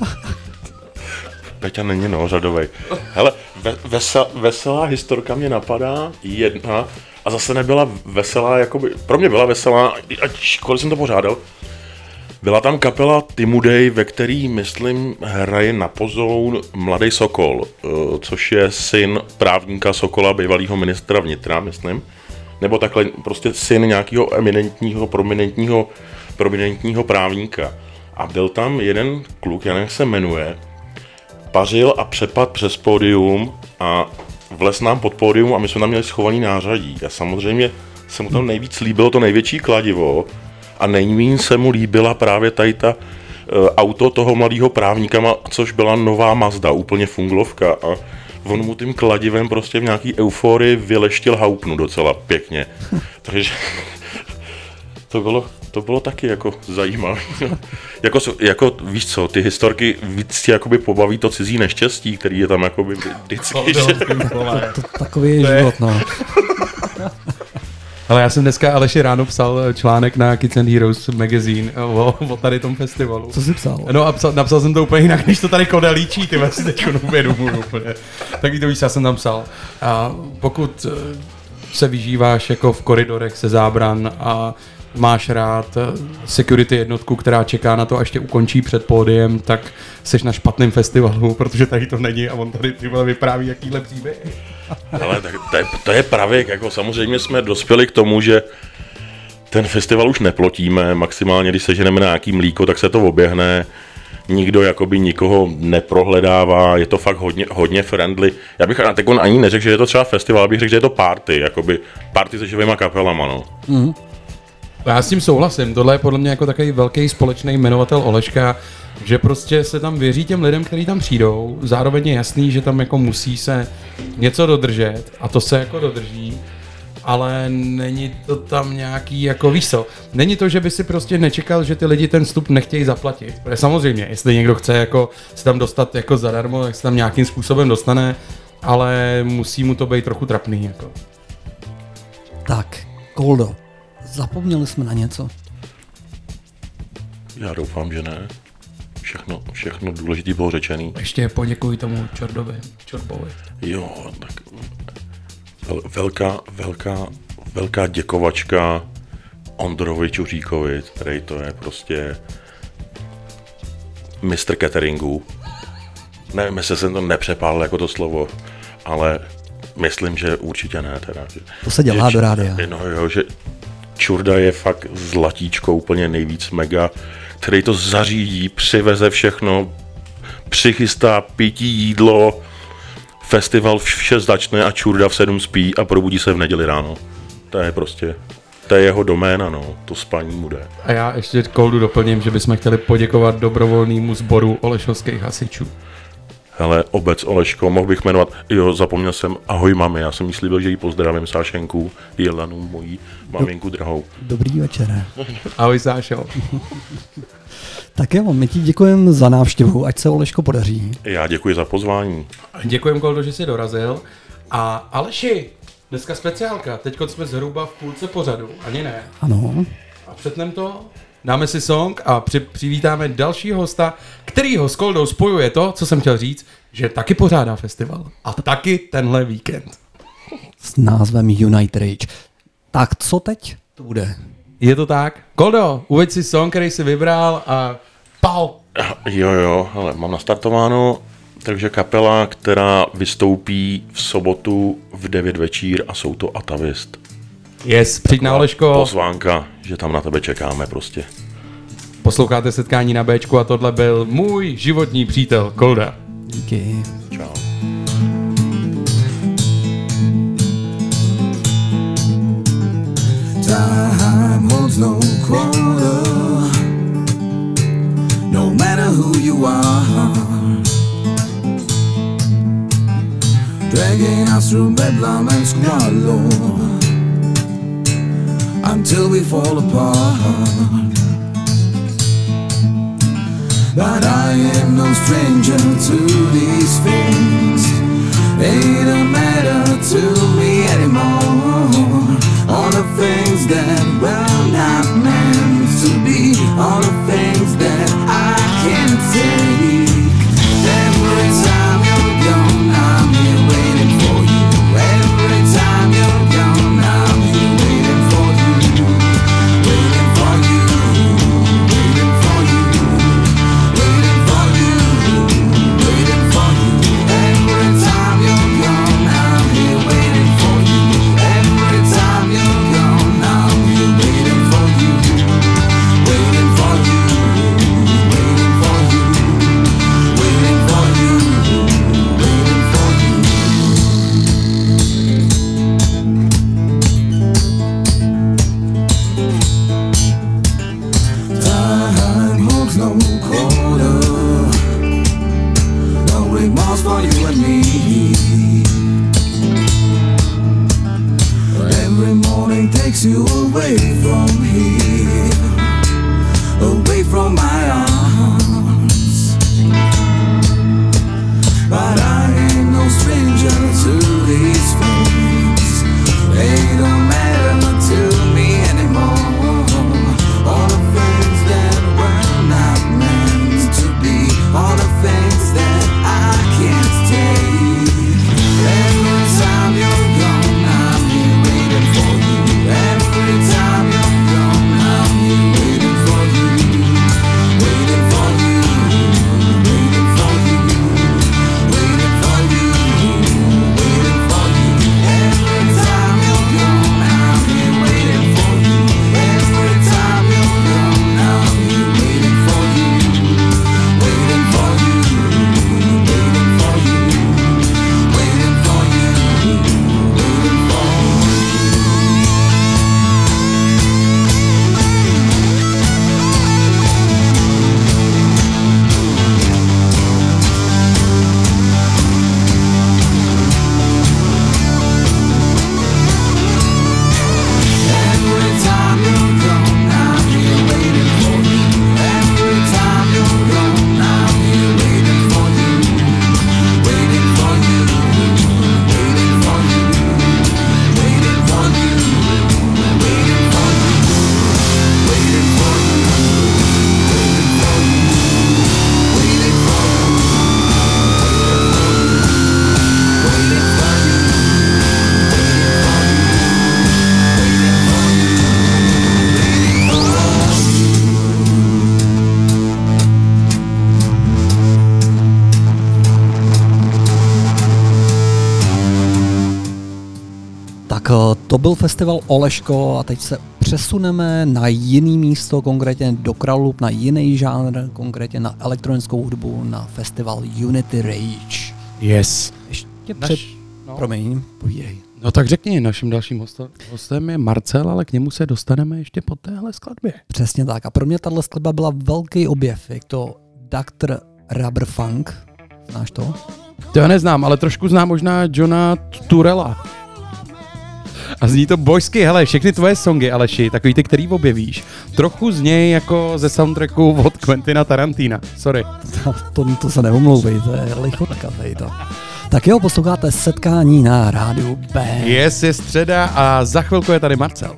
Speaker 4: Peťa není řadovej. Hele, veselá historka mě napadá jedna a zase nebyla veselá, jakoby, pro mě byla veselá, ačkoliv jsem to pořádal. Byla tam kapela Timudej, ve který, myslím, hraje na pozoun Mladý Sokol, což je syn právníka Sokola, bývalého ministra vnitra, myslím. Nebo takhle prostě syn nějakého eminentního, prominentního právníka. A byl tam jeden kluk, já nevím, jak se jmenuje, pařil a přepad přes pódium a vlez nám pod pódium a my jsme tam měli schovaný nářadí. A samozřejmě se mu tam nejvíc líbilo to největší kladivo a nejméně se mu líbila právě tady ta auto toho mladého právníka, což byla nová Mazda, úplně funglovka a on mu tím kladivem prostě v nějaký euforii vyleštil haupnu docela pěkně. Takže to bylo to bylo taky jako zajímavé. jako víš co, ty historky víc tě jakoby pobaví to cizí neštěstí, který je tam jakoby vždycky.
Speaker 2: Takový je život, no.
Speaker 3: Ale já jsem dneska Aleši ráno psal článek na Kids and Heroes magazine o tady tom festivalu.
Speaker 2: Co jsi psal?
Speaker 3: No a napsal jsem to úplně jinak, než to tady Kode líčí, ty si teď uvědomuji úplně. Tak to víš, já jsem tam psal. A pokud se vyžíváš jako v koridorech se zábran a máš rád security jednotku, která čeká na to, až tě ukončí před pódiem, tak seš na špatném festivalu, protože tady to není a on tady ty vole vypráví jakýhle příběh.
Speaker 4: Ale tak to je pravěk, jako samozřejmě jsme dospěli k tomu, že ten festival už neplotíme, maximálně když seženeme na nějaký mlíko, tak se to oběhne, nikdo jakoby nikoho neprohledává, je to fakt hodně friendly. Já bych tak ani neřekl, že je to třeba festival, bych řekl, že je to party, jakoby party se živýma kapelama, no.
Speaker 2: Mm.
Speaker 3: Já s tím souhlasím, tohle je podle mě jako takový velký společný jmenovatel Oleška, že prostě se tam věří těm lidem, kteří tam přijdou, zároveň je jasný, že tam jako musí se něco dodržet a to se jako dodrží, ale není to tam nějaký jako víš co, není to, že by si prostě nečekal, že ty lidi ten vstup nechtějí zaplatit, protože samozřejmě, jestli někdo chce jako se tam dostat jako zadarmo, tak se tam nějakým způsobem dostane, ale musí mu to být trochu trapný jako.
Speaker 2: Tak, Koldo, zapomněli jsme na něco?
Speaker 4: Já doufám, že ne. Všechno důležité bylo řečený.
Speaker 3: Ještě poděkuji tomu Čorbovi.
Speaker 4: Jo, tak velká děkovačka Ondrovi Čuříkovi, který to je prostě mistr cateringu. Nevím, jestli jsem to nepřepálil jako to slovo, ale myslím, že určitě ne. Teda.
Speaker 2: To se dělá do rádia.
Speaker 4: No jo, že Čurda je fakt zlatíčko, úplně nejvíc mega, který to zařídí, přiveze všechno, přichystá pití, jídlo, festival v 6 začne a Čurda v 7 spí a probudí se v neděli ráno. To je jeho doména, no, to spaní mu jde.
Speaker 3: A já ještě Koldu doplním, že bychom chtěli poděkovat dobrovolnému sboru olešovských hasičů.
Speaker 4: Hele, obec Oleško, mohl bych jmenovat, jo, zapomněl jsem, ahoj mami, já jsem jí slíbil, že jí pozdravím, Sášenku, Jelanu, mojí maminku drahou.
Speaker 2: Dobrý večer.
Speaker 3: Ahoj Sášo.
Speaker 2: Tak jo, my ti děkujeme za návštěvu, ať se Oleško podaří.
Speaker 4: Já děkuji za pozvání.
Speaker 3: Děkujem Koldo, že jsi dorazil. A Aleši, dneska speciálka, teď jsme zhruba v půlce pořadu, ani ne.
Speaker 2: Ano.
Speaker 3: A přetnem to, dáme si song a přivítáme dalšího hosta, kterýho s Koldou spojuje to, co jsem chtěl říct, že taky pořádá festival. A taky tenhle víkend.
Speaker 2: S názvem Unite Rage. Tak co teď to bude?
Speaker 3: Je to tak? Koldo, uveď si song, který jsi vybral a pau.
Speaker 4: Jo, ale mám nastartováno, takže kapela, která vystoupí v sobotu v 9 večír a jsou to Atavist.
Speaker 3: Yes, přijď na Oleško.
Speaker 4: Pozvánka, že tam na tebe čekáme prostě.
Speaker 3: Posloucháte Setkání na Bčku a tohle byl můj životní přítel Kolda.
Speaker 2: Díky.
Speaker 4: Čau.
Speaker 5: Time holds no quota, no matter who you are. Dragging us through bedlam and squalor until we fall apart. But I am no stranger to these things. Ain't a matter to me anymore. All the things that were not meant to be, all the things that I can't take. Every time you're gone, I'm here waiting for you. Every time you're gone, I'm here waiting for you. Waiting for you, waiting for you, waiting for you, waiting for you. Every time you're gone, I'm here waiting for you. Every time you're gone, I'm here waiting for you. Waiting for you, waiting for you.
Speaker 2: Tak to byl festival Oleško a teď se přesuneme na jiný místo, konkrétně do Kralupy, na jiný žánr, konkrétně na elektronickou hudbu, na festival Unity Rage.
Speaker 3: Yes.
Speaker 2: Ještě před... Promiň, povídej.
Speaker 3: No tak řekni, naším dalším hostem je Marcel, ale k němu se dostaneme ještě po téhle skladbě.
Speaker 2: Přesně tak. A pro mě tahle skladba byla velký objev. Jak to Dr. Rubber Funk. Znáš to?
Speaker 3: To já neznám, ale trošku znám možná Johna Turella. A zní to bojsky, hele, všechny tvoje songy, Aleši, takový ty, který objevíš, trochu zněj jako ze soundtracku od Quentina Tarantina. Sorry.
Speaker 2: To se neomlouvej, to je lichotka tady to. Tak jo, posloucháte Setkání na rádiu B.
Speaker 3: Yes, je středa a za chvilku je tady Marcel.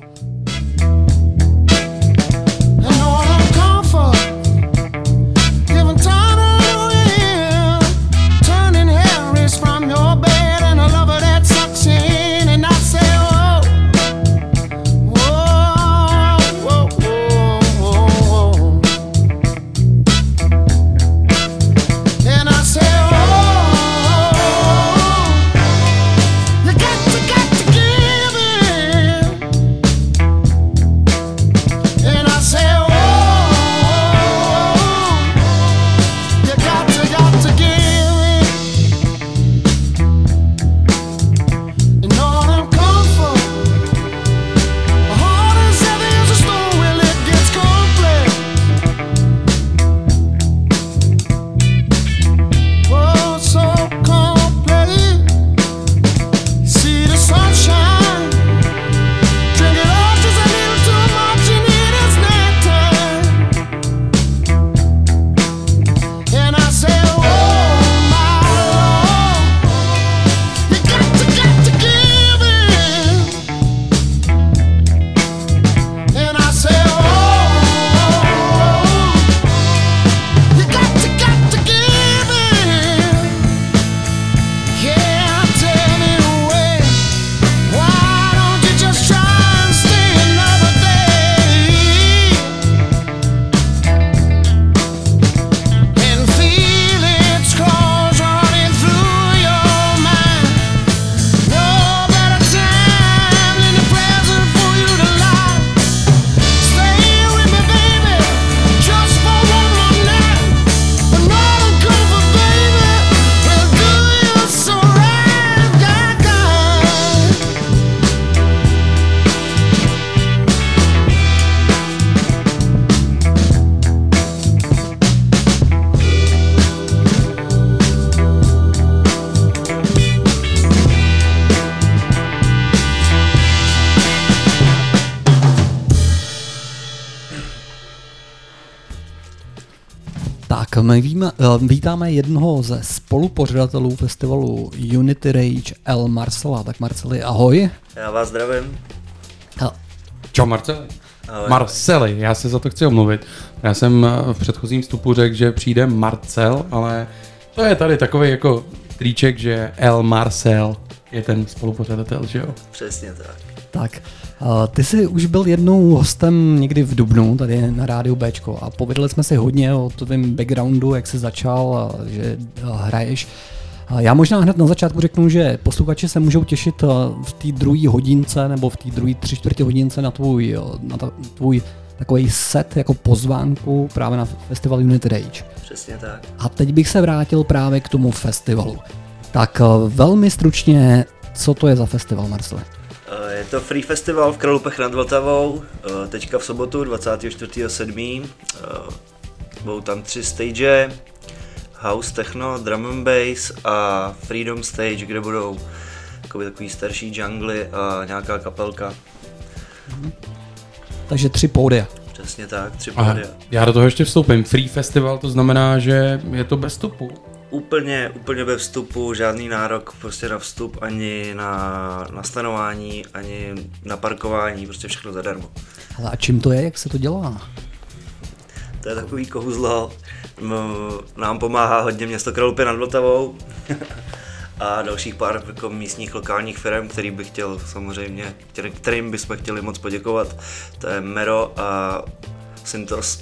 Speaker 2: My vítáme jednoho ze spolupořadatelů festivalu Unity Rage, El Marcela. Tak Marceli, ahoj.
Speaker 7: Já vás zdravím.
Speaker 3: Čau Marceli.
Speaker 7: Ahoj.
Speaker 3: Marceli, já se za to chci omluvit. Já jsem v předchozím vstupu řekl, že přijde Marcel, ale to je tady takový jako triček, že El Marcel je ten spolupořadatel, že jo?
Speaker 7: Přesně tak.
Speaker 2: Tak, ty jsi už byl jednou hostem někdy v dubnu tady na rádiu Bčko a pověděli jsme si hodně o tvém backgroundu, jak jsi začal a že hraješ. Já možná hned na začátku řeknu, že posluchači se můžou těšit v té druhé hodince nebo v té druhé 3/4 hodince na tvůj takový set jako pozvánku právě na festival Unity Rage.
Speaker 7: Přesně tak.
Speaker 2: A teď bych se vrátil právě k tomu festivalu. Tak velmi stručně, co to je za festival, Marcele?
Speaker 7: Je to free festival v Kralupech nad Vltavou, teďka v sobotu 24.7. Budou tam 3 stage, house, techno, drum and bass a freedom stage, kde budou takový starší jungly a nějaká kapelka.
Speaker 2: Takže 3 pódia.
Speaker 7: Přesně tak, 3 pódia.
Speaker 3: Já do toho ještě vstoupím. Free festival, to znamená, že je to bez vstupu.
Speaker 7: Úplně bez vstupu, žádný nárok prostě na vstup, ani na stanování, ani na parkování, prostě všechno zadarmo.
Speaker 2: Ale a čím to je, jak se to dělá?
Speaker 7: To je takový kouzlo, nám pomáhá hodně město Kralupy nad Vltavou a dalších pár jako místních lokálních firm, kterým bychom chtěli moc poděkovat. To je Mero a Syntos.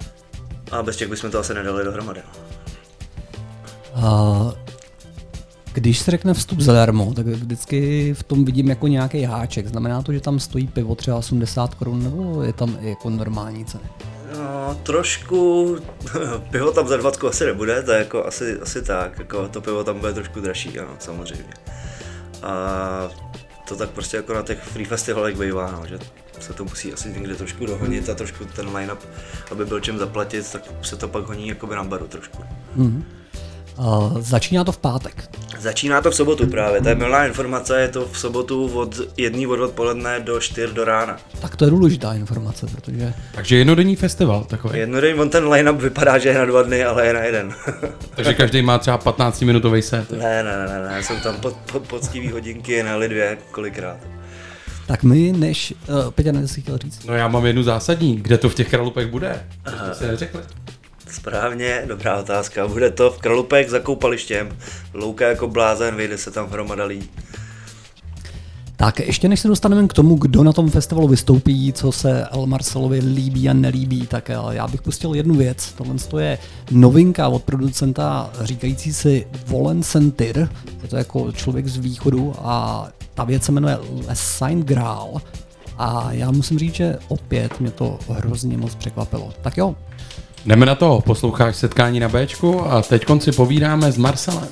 Speaker 7: A bez těch bychom to asi nedali dohromady.
Speaker 2: Když se řekne vstup zadarmo, tak vždycky v tom vidím jako nějaký háček. Znamená to, že tam stojí pivo třeba 80 korun, nebo je tam jako normální ceny?
Speaker 7: No, trošku, pivo tam za 20 asi nebude, to je jako asi tak, jako to pivo tam bude trošku dražší, ano, samozřejmě. A to tak prostě jako na těch free festivalech bývá, no, že se to musí asi někde trošku dohonit a trošku ten line-up, aby byl čem zaplatit, tak se to pak honí jakoby na baru trošku.
Speaker 2: Začíná to v pátek.
Speaker 7: Začíná to v sobotu právě, to je milná informace, je to v sobotu od 1 od odpoledne do 4 do rána.
Speaker 2: Tak to je důležitá informace, protože...
Speaker 3: Takže jednodenní festival takový.
Speaker 7: Jednodenní, on ten line-up vypadá, že je na 2 dny, ale je na 1.
Speaker 3: Takže každý má třeba 15-minutový set.
Speaker 7: Ne, jsou tam poctivý hodinky, ne 2 kolikrát.
Speaker 2: Tak my než... Peťa, jsi chtěl říct?
Speaker 3: No já mám jednu zásadní, kde to v těch Kralupech bude? To jsme si neřekli.
Speaker 7: Správně, dobrá otázka. Bude to v Kralupech za koupalištěm. Louka jako blázen, vyjde se tam hromada lidí.
Speaker 2: Tak ještě než se dostaneme k tomu, kdo na tom festivalu vystoupí, co se El Marcelovi líbí a nelíbí, tak já bych pustil jednu věc. Tohle je novinka od producenta říkající si Volen Sentir. Je to jako člověk z východu a ta věc se jmenuje Les Saint Graal. A já musím říct, že opět mě to hrozně moc překvapilo. Tak jo.
Speaker 3: Jdeme na to, posloucháš Setkání na Bčku a teď si povídáme s Marcelem.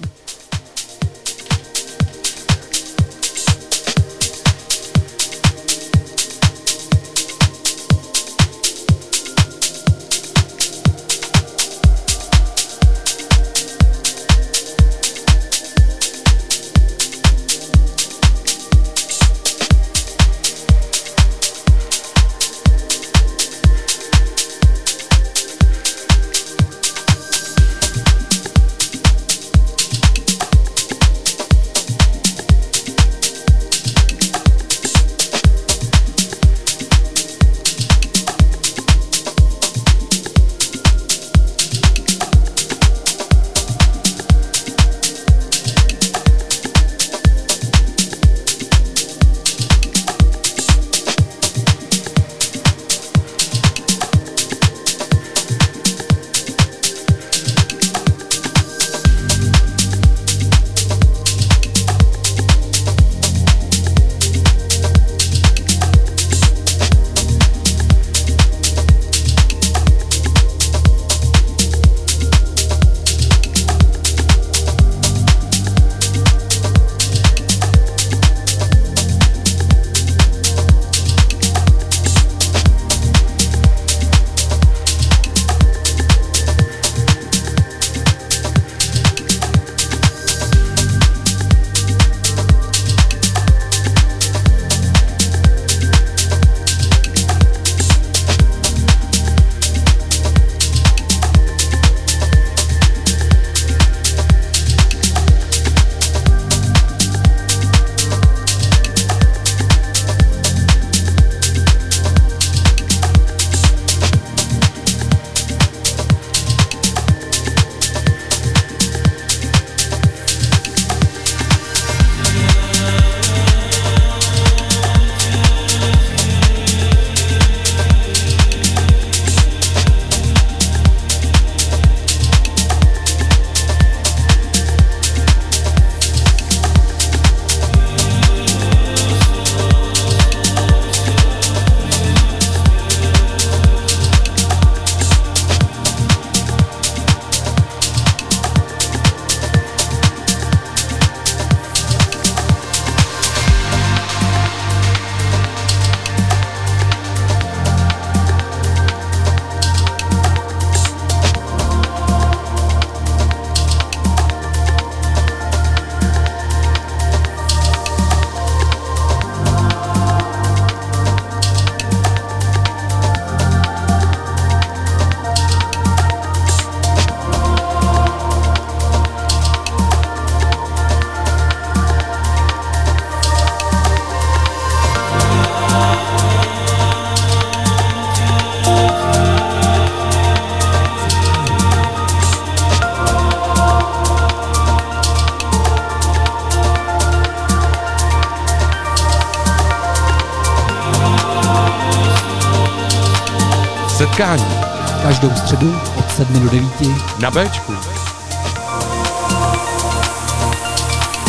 Speaker 3: Setkání.
Speaker 2: Každou středu od 7 do 9
Speaker 3: na Bčku.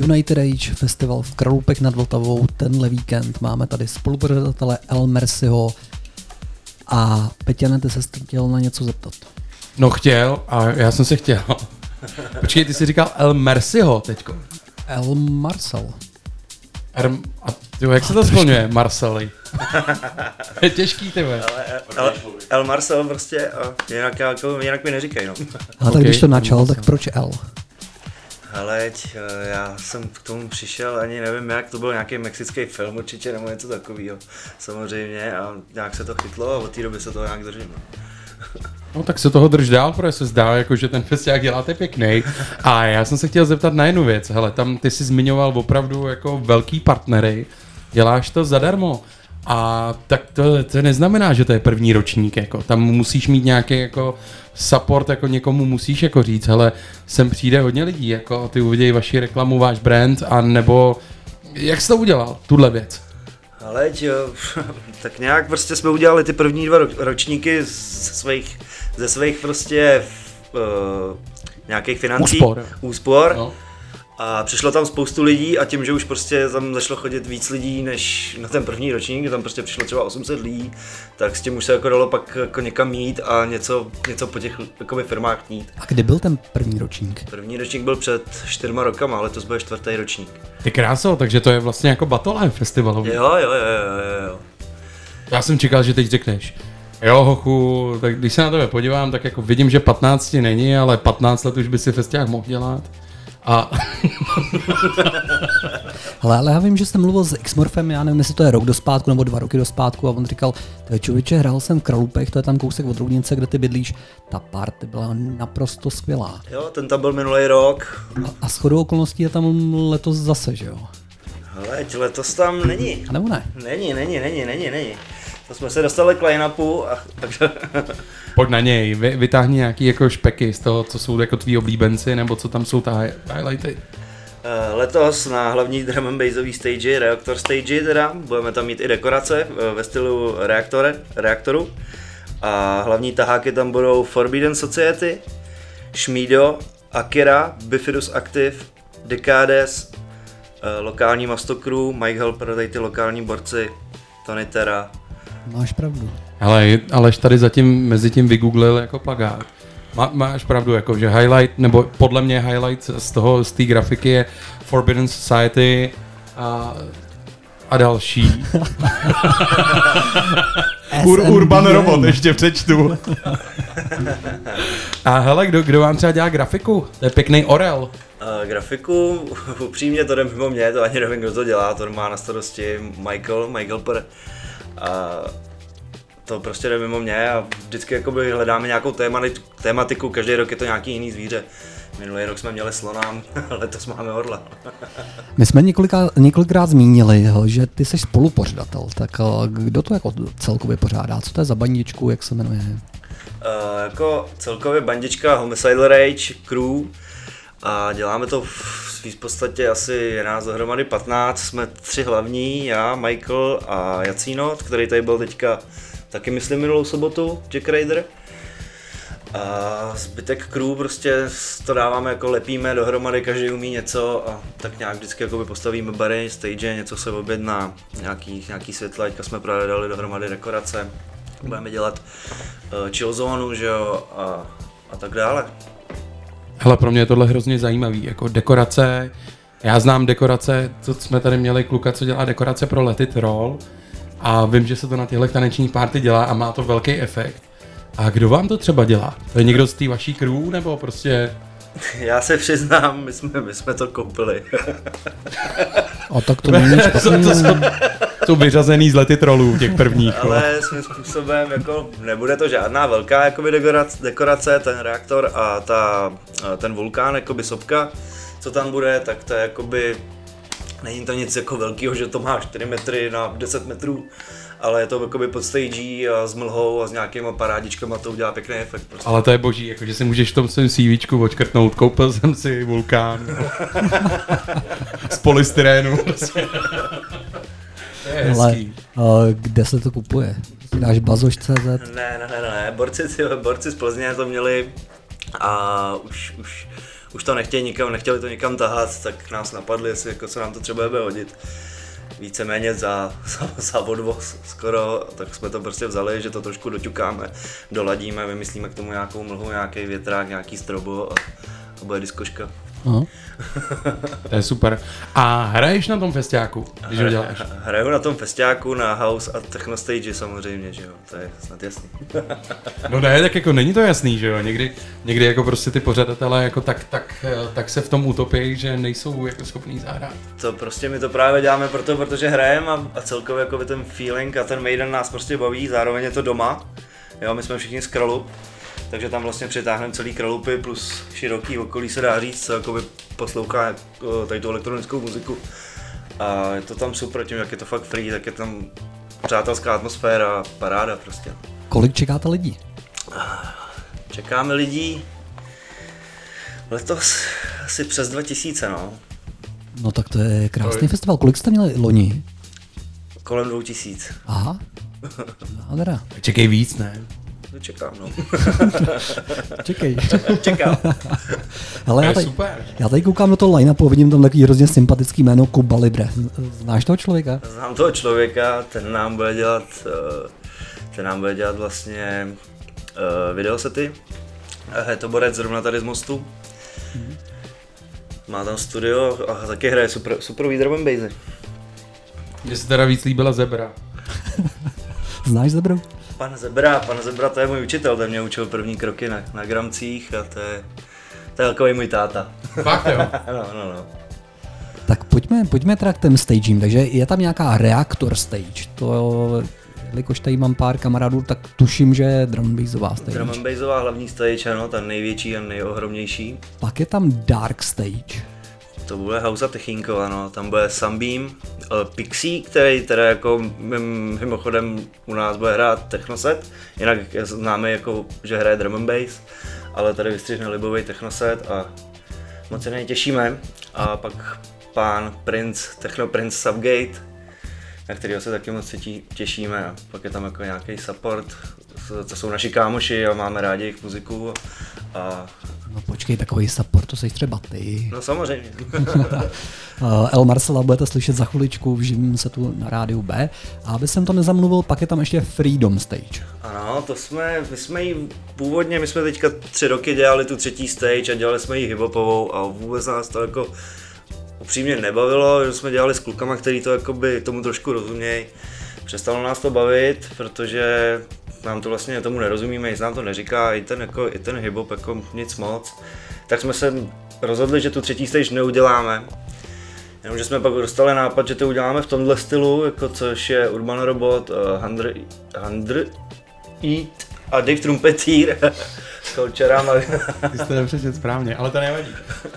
Speaker 2: United Age festival v Kralupech nad Vltavou tenhle víkend. Máme tady spolupořadatele El Mercyho a Peťane, ty se chtěl na něco zeptat.
Speaker 3: No chtěl a já jsem se chtěl. Počkej, ty jsi říkal El Mercyho teďko.
Speaker 2: El Marcel.
Speaker 3: A tyjo, jak se to skloňuje? Marceli. Je těžký, ty vole.
Speaker 7: El Marcel prostě, jinak mi neříkej, no.
Speaker 2: A tak když to načal, tak proč El?
Speaker 7: Hele, já jsem k tomu přišel, ani nevím jak, to byl nějaký mexický film určitě, nebo něco takového, samozřejmě, a nějak se to chytlo a od té doby se toho nějak držím.
Speaker 3: No tak se toho drž dál, protože se zdá, jako, že ten festiák děláte pěkný. A já jsem se chtěl zeptat na jednu věc. Hele, tam ty jsi zmiňoval opravdu jako velký partnery, děláš to zadarmo. A tak to neznamená, že to je první ročník, jako. Tam musíš mít nějaký jako support, jako někomu musíš jako říct, hele, sem přijde hodně lidí, jako ty uvidějí vaši reklamu, váš brand, a nebo jak jsi to udělal, tuhle věc?
Speaker 7: Ale tak nějak prostě jsme udělali ty první 2 ročníky ze svých prostě nějakých financí, úspor. No. A přišlo tam spoustu lidí a tím, že už prostě tam začalo chodit víc lidí než na ten první ročník, tam prostě přišlo třeba 800 lidí, tak s tím už se jako dalo pak jako někam jít a něco po těch jakoby firmách chtít.
Speaker 2: A kdy byl ten první ročník?
Speaker 7: První ročník byl před 4 rokama, ale to byl 4. ročník.
Speaker 3: Ty kráso, takže to je vlastně jako Battle festivalový.
Speaker 7: Jo.
Speaker 3: Já jsem čekal, že teď řekneš, jo hochu, tak když se na tebe podívám, tak jako vidím, že 15 není, ale 15 let už by si festiák mohl dělat. A...
Speaker 2: ale já vím, že jste mluvil s Xmorfem, já nevím, jestli to je rok do zpátku nebo 2 roky do zpátku, a on říkal, člověče, hrál jsem v Kralupech, to je tam kousek od Roudnice, kde ty bydlíš, ta party byla naprosto skvělá.
Speaker 7: Jo, ten tam byl minulý rok.
Speaker 2: A shodou okolností je tam letos zase, že jo?
Speaker 7: Hele, letos tam není.
Speaker 2: A nebo ne?
Speaker 7: Není. To jsme se dostali k line-upu a takže...
Speaker 3: Pojď na něj, vytáhni nějaký jako špeky z toho, co jsou jako tví oblíbenci, nebo co tam jsou ta highlighty.
Speaker 7: Letos na hlavní drum and bassový stage, Reaktor stage teda, budeme tam mít i dekorace ve stylu reaktoru. A hlavní taháky tam budou Forbidden Society, Schmido, Akira, Bifidus Active, Decades, lokální Mastocrew, Mike Helper, tady ty lokální borci, Tony Terra.
Speaker 2: Máš pravdu.
Speaker 3: Hele, Aleš tady zatím mezi tím vygooglil jako plagát. Máš pravdu, jako, že highlight, nebo podle mě highlight z té grafiky je Forbidden Society a další. Urban Robot ještě přečtu. A hele, kdo vám třeba dělá grafiku? To je pěkný orel.
Speaker 7: Grafiku, upřímně to jde mimo mě, to ani nevím, kdo to dělá, to má na starosti Michael Per. A to prostě jde mimo mě a vždycky jakoby hledáme nějakou tématiku, každý rok je to nějaký jiný zvíře. Minulý rok jsme měli slona, letos máme orla.
Speaker 2: My jsme několikrát zmínili, že ty jsi spolupořadatel, tak kdo to jako celkově pořádá? Co to je za bandičku, jak se jmenuje?
Speaker 7: Jako celkově bandička Homicidal Rage Crew a děláme to v podstatě asi je nás dohromady 15, jsme 3 hlavní, já, Michael a Jacínot, který tady byl teďka taky myslím minulou sobotu, Jack Raider. A zbytek crew prostě to dáváme jako lepíme dohromady, každý umí něco a tak nějak vždycky jakoby postavíme bary, stage, něco se objedná, nějaký světla, teďka jsme právě dali dohromady dekorace, budeme dělat chill zónu, že jo, a tak dále.
Speaker 3: Hele, pro mě je tohle hrozně zajímavý, jako dekorace, já znám dekorace, co jsme tady měli kluka, co dělá dekorace pro Let It Roll a vím, že se to na těchto tanečních party dělá a má to velký efekt. A kdo vám to třeba dělá? To je někdo z té vaší crew, nebo prostě...
Speaker 7: Já se přiznám, my jsme to koupili.
Speaker 2: A tak to není
Speaker 3: jsou vyřazený z Let It Rollů těch prvních.
Speaker 7: Ale svým způsobem, jako nebude to žádná velká jakoby dekorace, ten reaktor a ten vulkán, jakoby sopka, co tam bude, tak to je jakoby... Není to nic jako velkého, že to má 4 metry na 10 metrů, ale je to jakoby pod stage a s mlhou a s nějakýma parádičkama to udělá pěkný efekt. Prostě.
Speaker 3: Ale to je boží, jakože si můžeš v tom svém CVčku odškrtnout, koupil jsem si vulkán z polystyrénu. To je hezký.
Speaker 2: Ale kde se to kupuje? Dáš bazoš.cz?
Speaker 7: Ne, borci z Plzně to měli a už to nechtěli to nikam tahat, tak nás napadli, jestli jako se nám to třeba bude hodit. Víceméně za odvoz skoro, tak jsme to prostě vzali, že to trošku doťukáme, doladíme, vymyslíme k tomu nějakou mlhu, nějaký větrák, nějaký strobo a bude diskoška.
Speaker 2: Aha.
Speaker 3: To je super. A hraješ na tom festiáku, když ho děláš?
Speaker 7: Hraju na tom festiáku, na house a techno stage samozřejmě, že jo, to je snad jasný.
Speaker 3: No ne, tak jako není to jasný, že jo, někdy jako prostě ty pořadatelé jako tak se v tom utopí, že nejsou jako schopní zahrát.
Speaker 7: To prostě my to právě děláme protože hrajeme a celkově jako ten feeling a ten Maiden nás prostě baví, zároveň je to doma, jo, my jsme všichni z Kralup. Takže tam vlastně přitáhneme celý Kralupy plus široký okolí, se dá říct, co jakoby poslouchá tady tu elektronickou muziku. A je to tam super, tím jak je to fakt free, tak je tam přátelská atmosféra, paráda prostě.
Speaker 2: Kolik čekáte lidí?
Speaker 7: Čekáme lidí letos asi přes 2000, no.
Speaker 2: No tak to je krásný festival. Kolik jste měli loni?
Speaker 7: Kolem 2000.
Speaker 2: Aha. Nádhera.
Speaker 3: Čekej víc, ne?
Speaker 7: To čekám, no.
Speaker 2: Čekej.
Speaker 7: Čekám.
Speaker 2: Ale
Speaker 3: To je super.
Speaker 2: já tady koukám do toho line-upu, vidím tam takový hrozně sympatický jméno Kuba Libre. Znáš toho člověka?
Speaker 7: Znám toho člověka, ten nám bude dělat vlastně videosety. Je to borec zrovna tady z Mostu. Má tam studio a taky hraje super drum and bassy.
Speaker 3: Mně se teda víc líbila Zebra.
Speaker 2: Znáš Zebru?
Speaker 7: Pan Zebra, to je můj učitel, ten mě učil první kroky na gramcích a to je takový můj táta.
Speaker 3: Fakt jo?
Speaker 7: No.
Speaker 2: Tak pojďme teda k těm stagím, takže je tam nějaká reaktor stage, to, jelikož tady mám pár kamarádů, tak tuším, že je drum and bassová stage.
Speaker 7: Drum and bassová hlavní stage, ano, ta největší a nejohromnější.
Speaker 2: Pak je tam dark stage.
Speaker 7: To bude House a Techinko, ano, tam bude Sunbeam, Pixie, který teda jako mimochodem u nás bude hrát technoset, jinak známe jako, že hraje drum and bass, ale tady vystřihne libový technoset a moc se na něj těšíme. A pak pán Techno Prince Subgate, na kterého se taky moc těšíme a pak je tam jako nějaký support, to jsou naši kámoši a máme rádi jejich muziku a
Speaker 2: No počkej, takový support, to jsi třeba ty.
Speaker 7: no samozřejmě.
Speaker 2: El Marcela budete slyšet za chviličku v živém setu na rádiu B. A aby jsem to nezamluvil, pak je tam ještě Freedom Stage.
Speaker 7: Ano, my jsme teďka 3 roky dělali tu třetí stage a dělali jsme ji hiphopovou a vůbec nás to jako upřímně nebavilo, že jsme dělali s klukama, který to jakoby tomu trošku rozumějí. Přestalo nás to bavit, protože nám to vlastně tomu nerozumíme, nic nám to neříká, i ten hip-hop jako nic moc. Tak jsme se rozhodli, že tu třetí stage neuděláme. Jenomže jsme pak dostali nápad, že to uděláme v tomhle stylu, jako což je Urban Robot, Hundred Eat a Dave Trumpeter s Culturama.
Speaker 3: Ty jste nepřečet správně, ale to nevadí.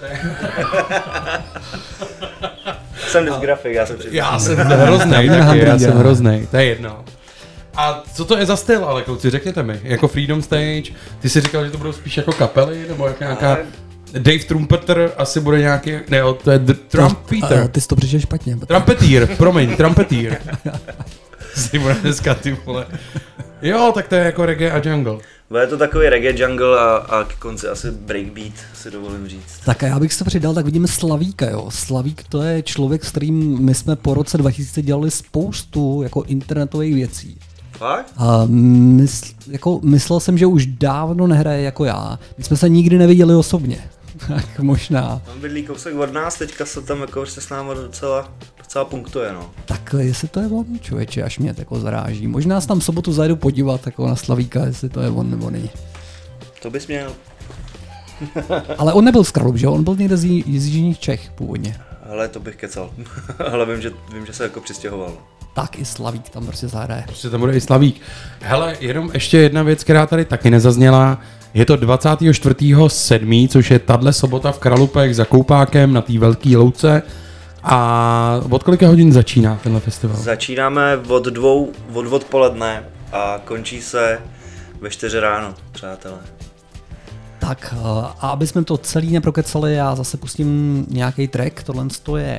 Speaker 7: Jsem dysgrafik, já jsem přiznal.
Speaker 3: Já jsem hroznej taky, já jsem hroznej, to je jedno. A co to je za styl, ale kluci, řekněte mi, jako Freedom Stage, ty jsi říkal, že to budou spíš jako kapely, nebo jak nějaká... Dave Trumpeter asi bude nějaký, ne, to je Trumpeter.
Speaker 2: Ty jsi to přečel špatně.
Speaker 3: Trumpeter. Si bude dneska, ty vole. Jo, tak to je jako reggae a jungle.
Speaker 7: Bude to takový reggae jungle a k konci asi breakbeat, si dovolím říct.
Speaker 2: Tak a já bych se přidal, tak vidíme Slavíka, jo. Slavík to je člověk, s kterým my jsme po roce 2000 dělali spoustu jako internetových věcí.
Speaker 7: Fakt?
Speaker 2: A myslel jsem, že už dávno nehraje jako já. My jsme se nikdy neviděli osobně. Tak možná.
Speaker 7: On bydlí kousek od nás, teďka se tam jako s náma docela punktuje, no.
Speaker 2: Tak jestli to je on, člověče, až mě jako zaráží. Možná se tam v sobotu zajdu podívat jako na Slavíka, jestli to je on nebo není.
Speaker 7: To bys měl.
Speaker 2: Ale on nebyl z Kralup, že? On byl někde z jižních Čech původně.
Speaker 7: Ale to bych kecal. Ale vím, že se jako přistěhoval.
Speaker 2: Tak i Slavík tam prostě zahraje.
Speaker 3: Prostě tam bude i Slavík. Hele, jenom ještě jedna věc, která tady taky nezazněla. Je to 24.7., což je tahle sobota v Kralupech za Koupákem na té velké louce. A od kolika hodin začíná tenhle festival?
Speaker 7: Začínáme od 2 odpoledne a končí se ve 4 ráno, přátelé.
Speaker 2: Tak a aby jsme to celý neprokecali, já zase pustím nějaký track, tohle je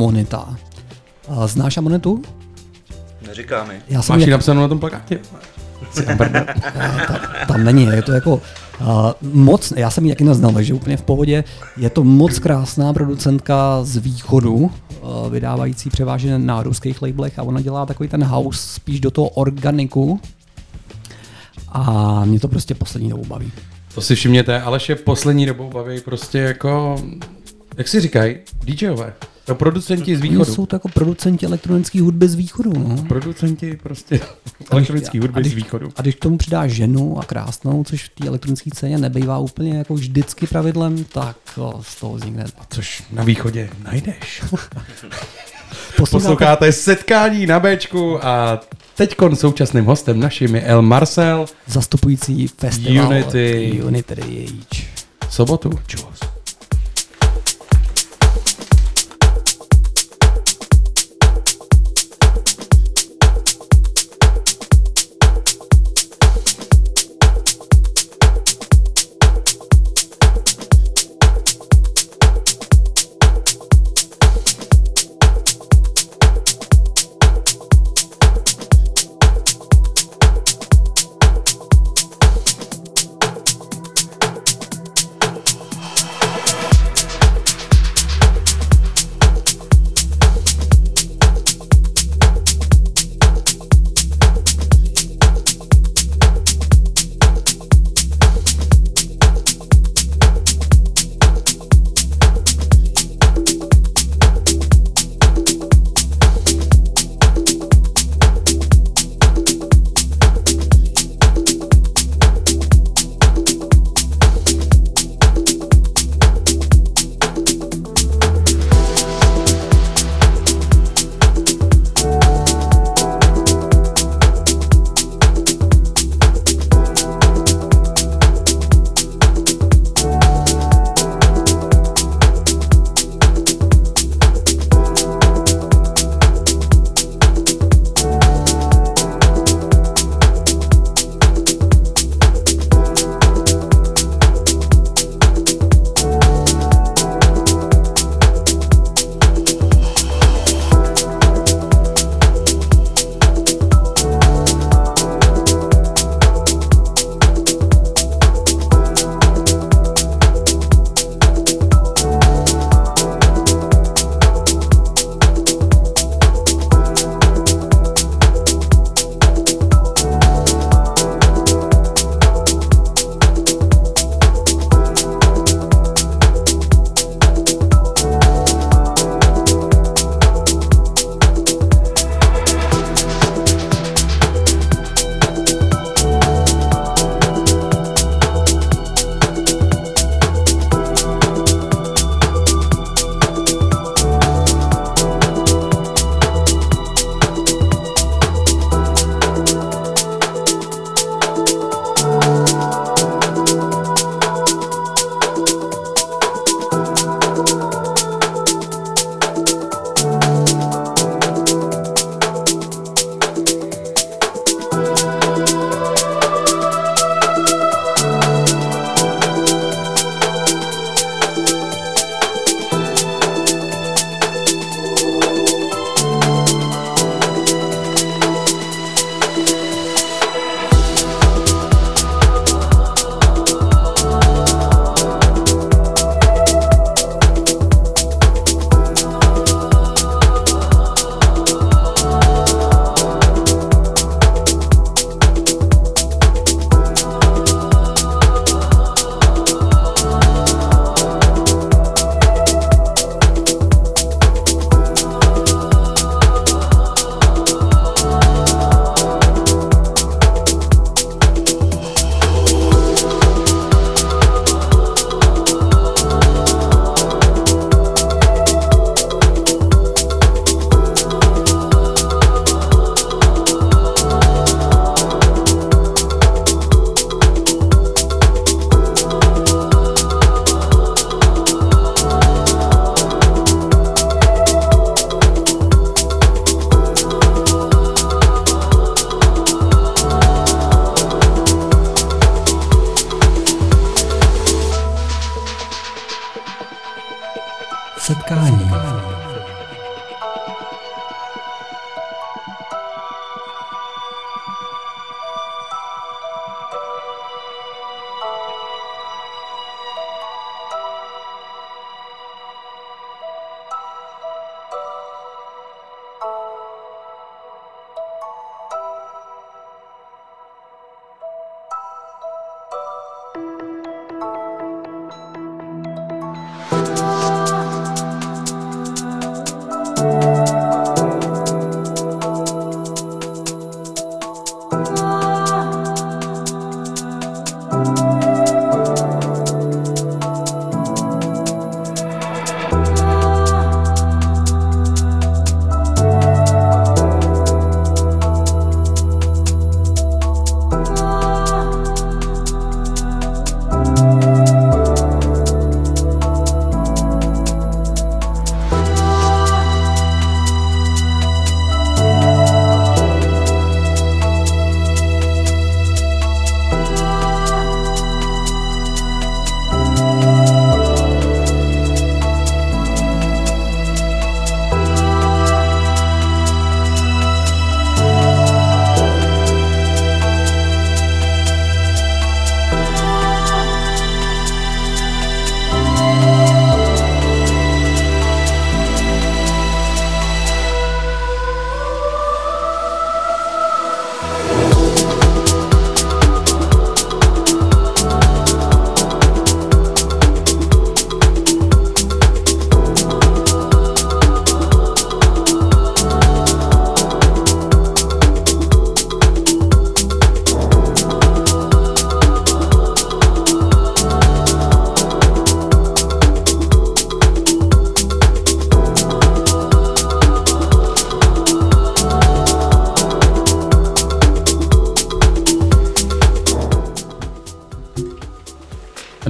Speaker 2: Amonita. Znáš Amonitu?
Speaker 7: Neříká mi.
Speaker 2: Já jsem
Speaker 3: Máš ji napsanou na tom plakátě?
Speaker 2: Tam není, je to jako moc, já jsem ji taky neznal, takže úplně v pohodě. Je to moc krásná producentka z východu, vydávající převážně na ruských labelech a ona dělá takový ten house spíš do toho organiku a mě to prostě poslední dobou baví.
Speaker 3: To si všimněte, Aleše poslední dobou baví prostě jako, jak si říkají, DJové. To producenti z východu.
Speaker 2: Jsou to jako producenti elektronické hudby z východu. No.
Speaker 3: Producenti prostě elektronické hudby z východu.
Speaker 2: A když k tomu přidáš ženu a krásnou, což v té elektronické scéně nebývá úplně jako vždycky pravidlem, tak z toho vznikne.
Speaker 3: Což na východě najdeš. Posloucháte Setkání na Bčku a teďkon současným hostem naším je El Marcel,
Speaker 2: zastupující festival
Speaker 3: Unity
Speaker 2: Rage.
Speaker 3: Sobotu. Čus.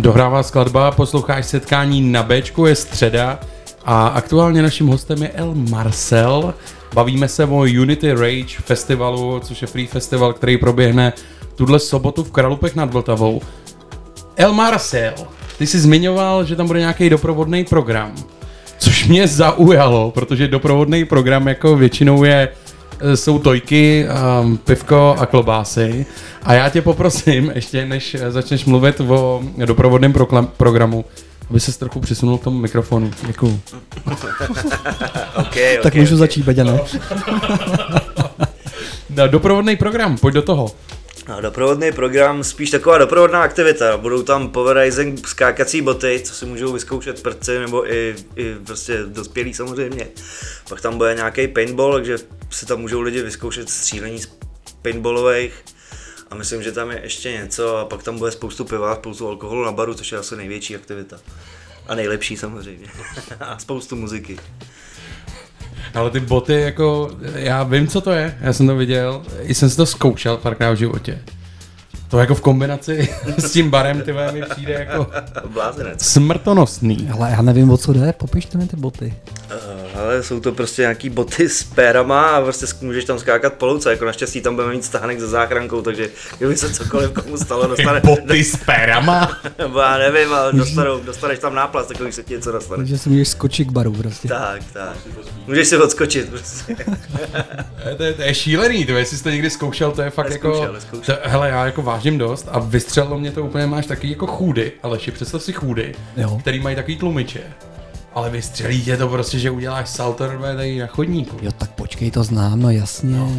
Speaker 3: dohrává skladba, posloucháš Setkání na Bčku, je středa a aktuálně naším hostem je El Marcel. Bavíme se o Unity Rage festivalu, což je free festival, který proběhne tuhle sobotu v Kralupech nad Vltavou. El Marcel, ty jsi zmiňoval, že tam bude nějaký doprovodný program, což mě zaujalo, protože doprovodný program jako většinou jsou tojky, pivko a klobásy. A já tě poprosím, ještě než začneš mluvit o doprovodném programu, aby ses trochu přisunul k tomu mikrofonu. Děkuju.
Speaker 7: Okay,
Speaker 2: tak můžu začít, Beďa, ne?
Speaker 3: Doprovodný program, pojď do toho.
Speaker 7: No, doprovodný program, spíš taková doprovodná aktivita. Budou tam powerrizing skákací boty, co si můžou vyzkoušet prci, nebo i prostě dospělí samozřejmě. Pak tam bude nějaký paintball, takže si tam můžou lidi vyzkoušet střílení z paintballových. A myslím, že tam je ještě něco a pak tam bude spoustu piva, spoustu alkoholu na baru, což je asi největší aktivita. A nejlepší samozřejmě. A spoustu muziky.
Speaker 3: Ale ty boty, jako, já vím, co to je, já jsem to viděl, i jsem si to zkoušel párkrát v životě. To jako v kombinaci s tím barem, ty mi přijde jako
Speaker 7: blázenec.
Speaker 3: Smrtonosný.
Speaker 2: Ale já nevím, o co jde, popište mi ty boty.
Speaker 7: Ale jsou to prostě nějaký boty s pérama a prostě můžeš tam skákat po louce, jako naštěstí tam budeme mít stánek se záchrankou, takže kdyby se cokoliv komu stalo, dostane...
Speaker 3: Boty s pérama?
Speaker 7: Nebo já nevím, ale dostaneš tam náplast, takový se ti něco dostane.
Speaker 2: Takže si můžeš skočit k baru prostě.
Speaker 7: Tak. Můžeš si odskočit prostě.
Speaker 3: To je šílený, to jestli jsi to někdy zkoušel, to je fakt
Speaker 7: Neskoušel.
Speaker 3: Hele, já jako vážím dost a vystřelilo mě to úplně, máš taky jako chůdy, Aleši, představ si chůdy,
Speaker 2: jo,
Speaker 3: který mají takový tlumiče. Ale vystřelí tě to prostě, že uděláš salto tady na chodníku.
Speaker 2: Jo, tak počkej, to znám, no jasně. No.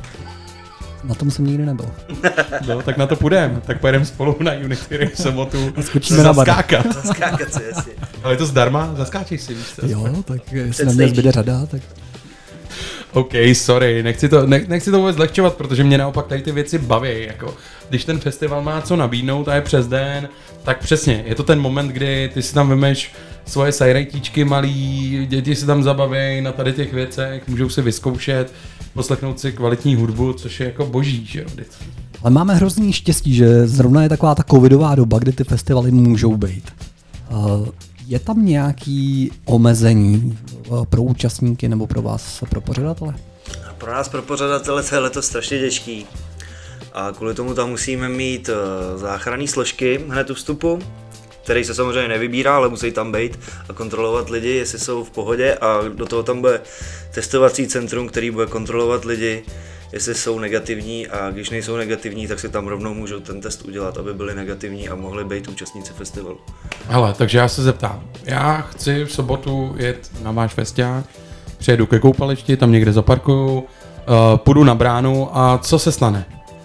Speaker 2: Na tom jsem nikdy nebyl.
Speaker 3: No, tak na to půjdem. Tak pojedeme spolu na Unity Rage sobotu.
Speaker 2: Skočíme na bar.
Speaker 7: Zaskákat si, jasně.
Speaker 3: Ale je to zdarma? Zaskáčeš si, víš co?
Speaker 2: Jo, tak jestli na mě zbyde řada, tak...
Speaker 3: OK, sorry, nechci to vůbec zlehčovat, protože mě naopak tady ty věci baví, jako když ten festival má co nabídnout a je přes den, tak přesně, je to ten moment, kdy ty si tam vemeš svoje sajrajtíčky malý, děti si tam zabaví na tady těch věcech, můžou si vyzkoušet, poslechnout si kvalitní hudbu, což je jako boží, že jo, vždycky.
Speaker 2: Ale máme hrozný štěstí, že zrovna je taková ta covidová doba, kdy ty festivaly můžou být. Je tam nějaký omezení pro účastníky nebo pro vás, pro pořadatele?
Speaker 7: Pro nás, pro pořadatele, to je letos strašně těžký. A kvůli tomu tam musíme mít záchranné složky hned u vstupu, který se samozřejmě nevybírá, ale musí tam být a kontrolovat lidi, jestli jsou v pohodě, a do toho tam bude testovací centrum, který bude kontrolovat lidi, jestli jsou negativní, a když nejsou negativní, tak si tam rovnou můžou ten test udělat, aby byli negativní a mohli být účastníci festivalu.
Speaker 3: Hele, takže já se zeptám, já chci v sobotu jet na váš festiák, přijedu ke koupališti, tam někde zaparkuju, půjdu na bránu a co se stane?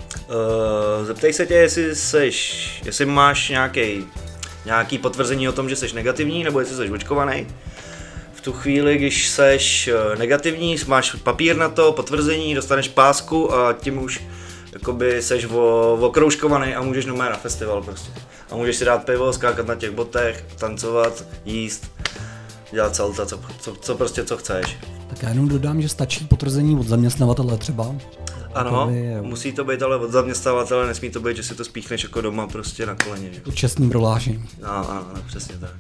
Speaker 7: Zeptej se tě, jestli máš nějaký potvrzení o tom, že jsi negativní, nebo jestli jsi očkovaný. V tu chvíli, když jsi negativní, máš papír na to, potvrzení, dostaneš pásku a tím už jakoby seš okroužkovaný a můžeš normálně na festival prostě. A můžeš si dát pivo, skákat na těch botech, tancovat, jíst, dělat salta, co chceš.
Speaker 2: Tak já jenom dodám, že stačí potvrzení od zaměstnavatele třeba.
Speaker 7: Ano, musí to být ale od zaměstnavatele, nesmí to být, že si to spíchneš jako doma prostě na koleně.
Speaker 2: To čestný prohlášení.
Speaker 7: Ano, přesně tak.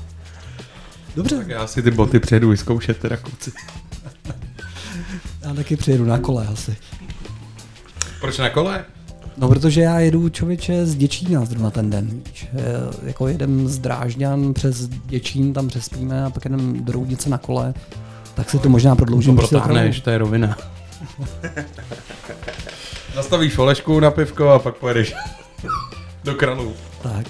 Speaker 2: Dobře.
Speaker 3: Tak já si ty boty přijedu vyzkoušet teda, kluci.
Speaker 2: Já taky přijedu na kole asi.
Speaker 3: Proč na kole?
Speaker 2: No, protože já jedu, člověče, z Děčína zrovna ten den, víš. Jako jedem z Drážďan přes Děčín, tam přespíme a pak jedem do Roudnice na kole, tak si to možná prodloužím.
Speaker 3: To protáhneš, to je rovina. Zastavíš Olešku na pivko a pak pojedeš do Kralů.
Speaker 2: Tak.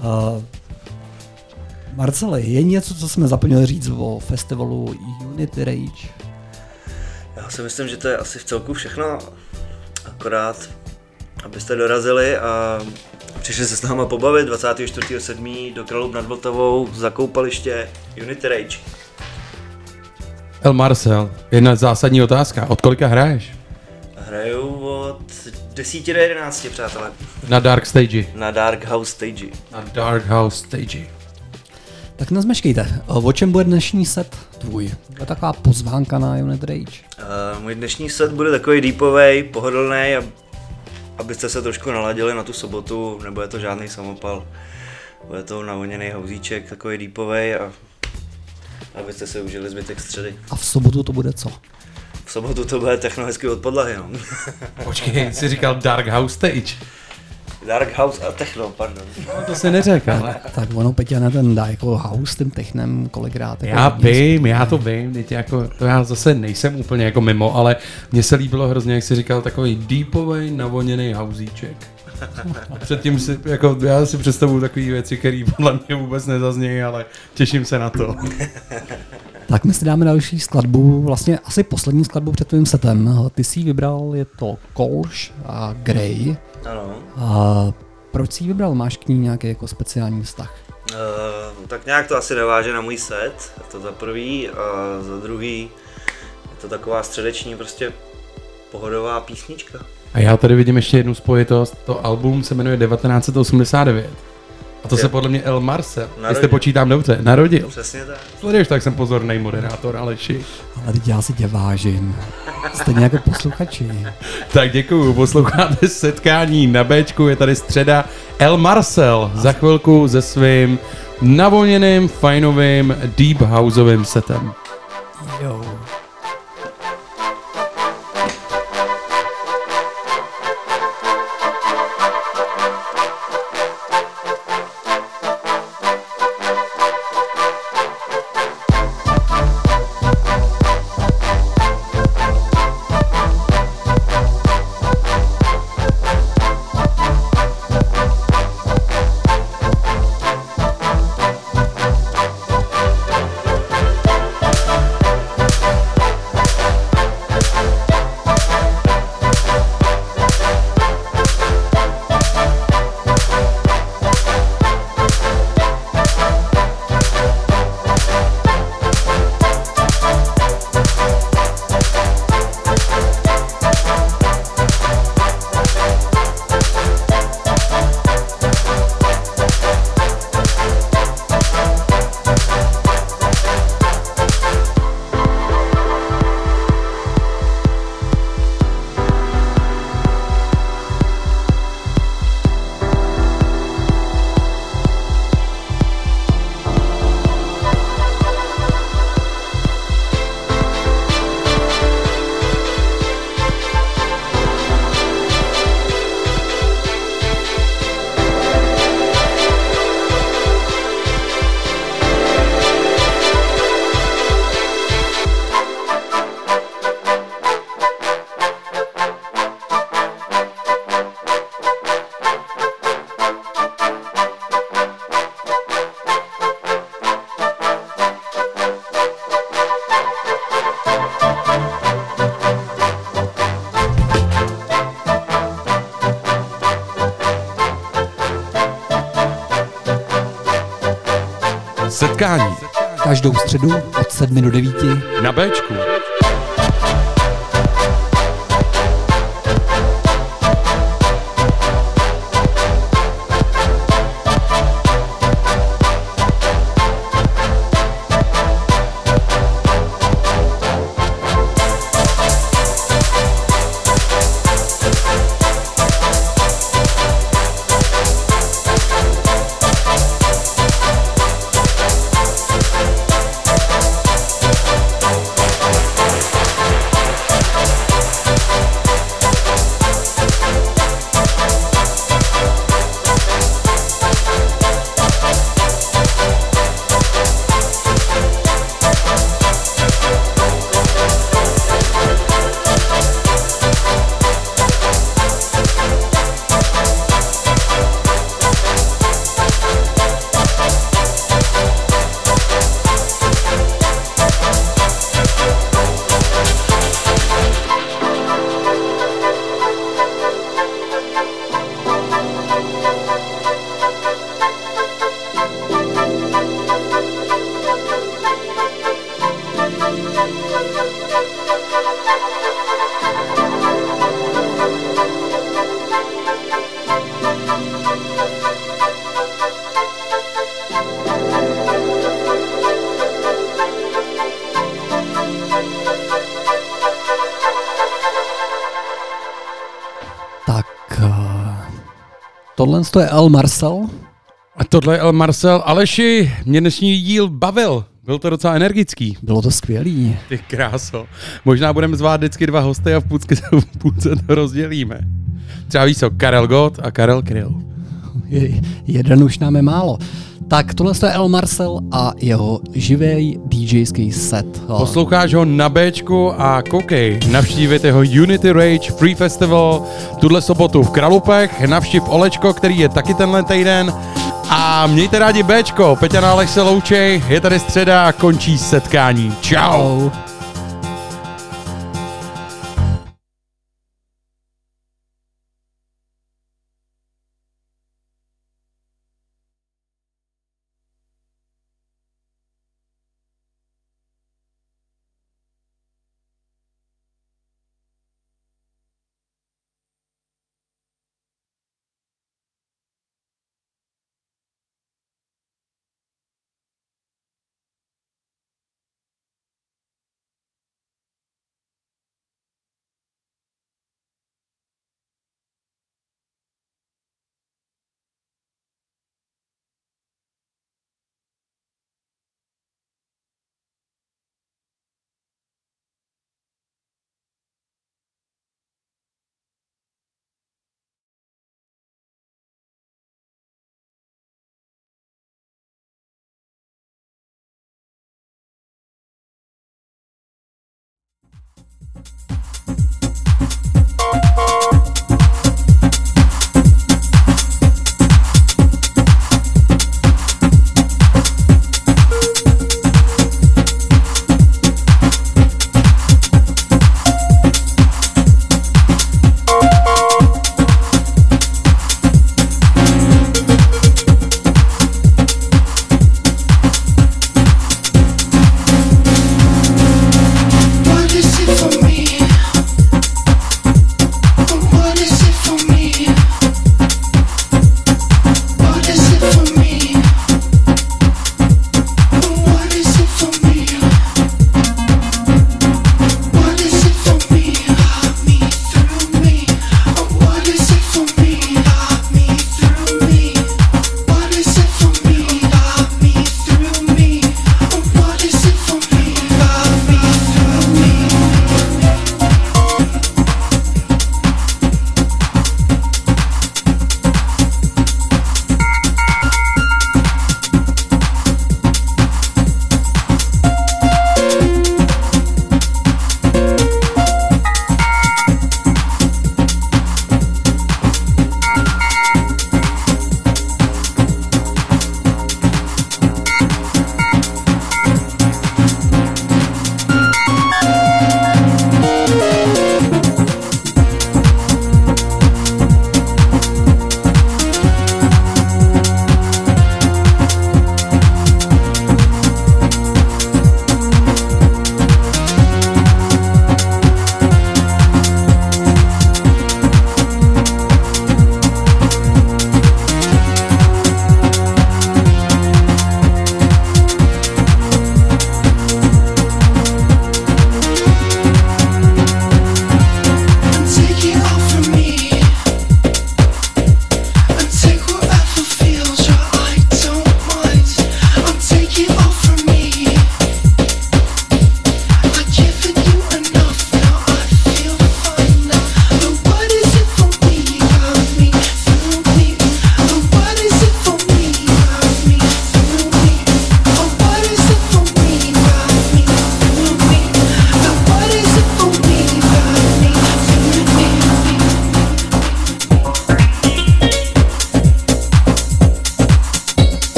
Speaker 2: Marcele, je něco, co jsme zapomněli říct o festivalu Unity Rage?
Speaker 7: Já si myslím, že to je asi v celku všechno. Akorát, abyste dorazili a přišli se s náma pobavit 24.7. do Kralup nad Vltavou za koupaliště Unity Rage.
Speaker 3: El Marcel, jedna zásadní otázka. Od kolika hraješ?
Speaker 7: Hraju od 10 do 11, přátelé.
Speaker 3: Na Dark Stage.
Speaker 7: Na Dark House Stage.
Speaker 3: Na Dark House Stage.
Speaker 2: Tak nezmeškejte, o čem bude dnešní set tvůj? Je taková pozvánka na Unity Rage.
Speaker 7: Můj dnešní set bude takový deepovej, pohodlný, abyste se trošku naladili na tu sobotu, nebude to žádný samopal. Bude to navoněný houzíček, takový deepovej a abyste si užili zbytek středy.
Speaker 2: A v sobotu to bude co?
Speaker 7: V sobotu to bude technologicky od podlahy, no.
Speaker 3: Počkej, jsi říkal Dark House Stage.
Speaker 7: Dark House a techno, pardon.
Speaker 3: No, to si neřekl, ale...
Speaker 2: Tak ono, Peťa, na ten dá jako house s tím technem kolikrát. Jako
Speaker 3: Já to vím, teď jako, já zase nejsem úplně jako mimo, ale mně se líbilo hrozně, jak jsi říkal, takový deepovej navoněný houzíček. A předtím si, jako, já si představuju takové věci, které podle mě vůbec nezaznějí, ale těším se na to.
Speaker 2: Tak my si dáme další skladbu, vlastně asi poslední skladbu před tvým setem. Ty jsi ji vybral, je to Kolsch a Grey.
Speaker 7: Ano.
Speaker 2: A proč jsi ji vybral? Máš k ní nějaký jako speciální vztah?
Speaker 7: Tak nějak to asi naváže na můj set, to za prvý, a za druhý je to taková středeční prostě pohodová písnička.
Speaker 3: A já tady vidím ještě jednu spojitost, to album se jmenuje 1989. A to se podle mě El Marcel, jestli počítám dobře, narodil.
Speaker 7: Přesně tak.
Speaker 3: Sleduješ, tak jsem pozornej moderátor, Aleši.
Speaker 2: Ale teď já si tě vážím. Stejně jako posluchači.
Speaker 3: Tak děkuju, posloucháte Setkání na Bčku, je tady středa. El Marcel za chvilku se svým navoněným, fajnovým, deep houseovým setem.
Speaker 2: Jo.
Speaker 3: Setkání
Speaker 2: Každou středu od 7 do 9
Speaker 3: na Bčku.
Speaker 2: Tohle je El Marcel
Speaker 3: A tohle je El Marcel. Aleši, mě dnešní díl bavil. Byl to docela energický.
Speaker 2: Bylo to skvělý.
Speaker 3: Ty kráso. Možná budeme zvát vždycky 2 hosty a v půlce to rozdělíme. Třeba víš co, Karel Gott a Karel Kryl.
Speaker 2: Jeden už nám je málo. Tak tohle je El Marcel a jeho živý DJský set.
Speaker 3: Posloucháš ho na Bčku a koukej, navštívit jeho Unity Rage Free Festival tuhle sobotu v Kralupech, navštív Olečko, který je taky tenhle týden a mějte rádi Bčko, Peťa a Aleš se loučej, je tady středa a končí setkání. Čau!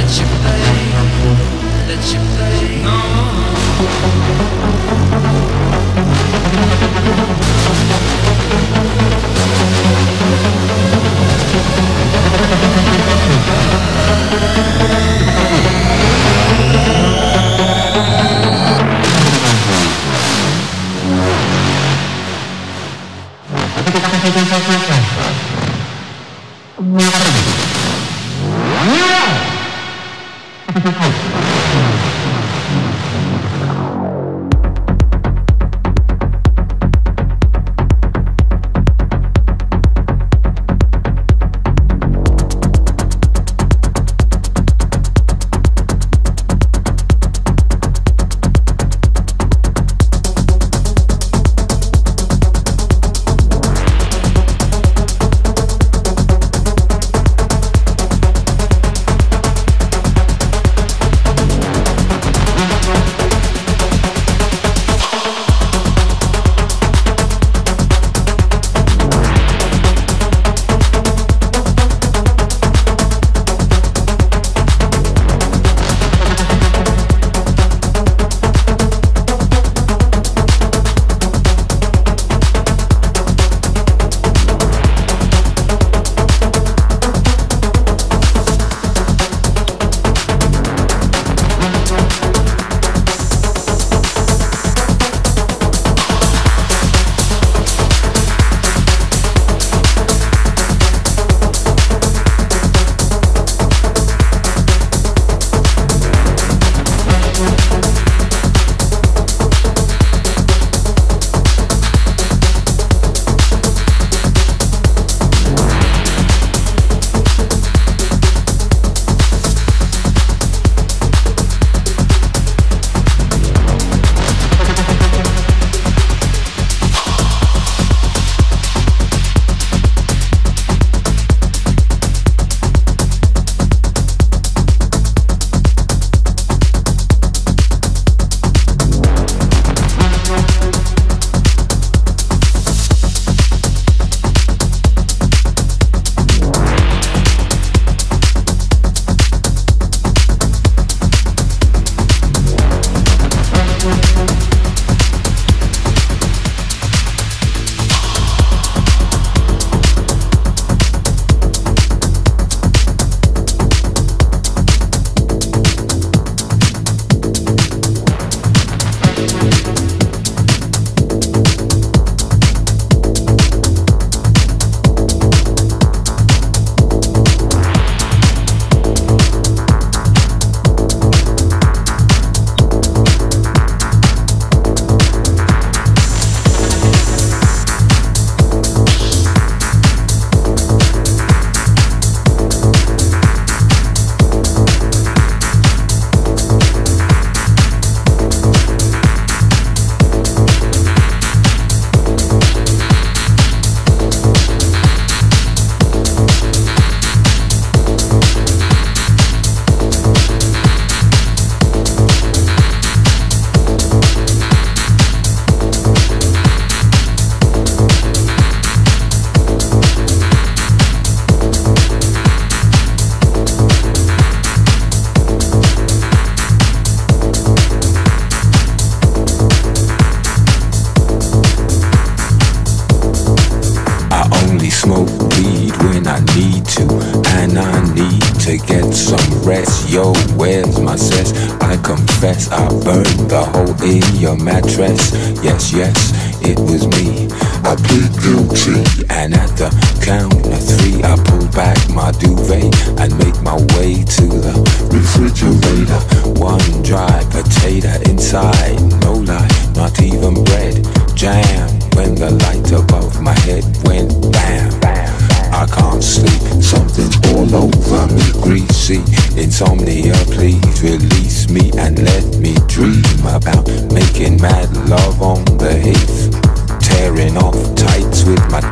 Speaker 8: Yo, where's my cess? I confess I burned the hole in your mattress. Yes, yes, it was me. I plead guilty. And at the count of three, I pull back my duvet and make my way to the refrigerator. One dry potato inside, no lie, not even bread. Jam when the light above my head went bam. I can't sleep, something's all over me, greasy. Insomnia, please release me and let me dream about making mad love on the heath, tearing off tights with my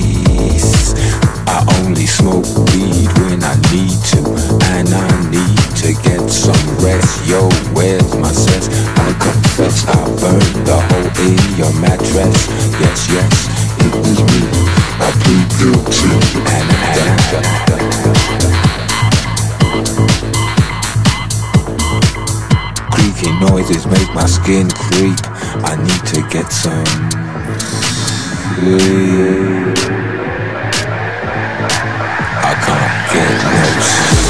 Speaker 8: teeth. I only smoke weed when I need to, and I need to get some rest. Yo, where's my cess? I confess I burned the hole in your mattress. Yes, yes, it was me. I plead guilty. And noises make my skin creep. I need to get some sleep. I can't get no sleep.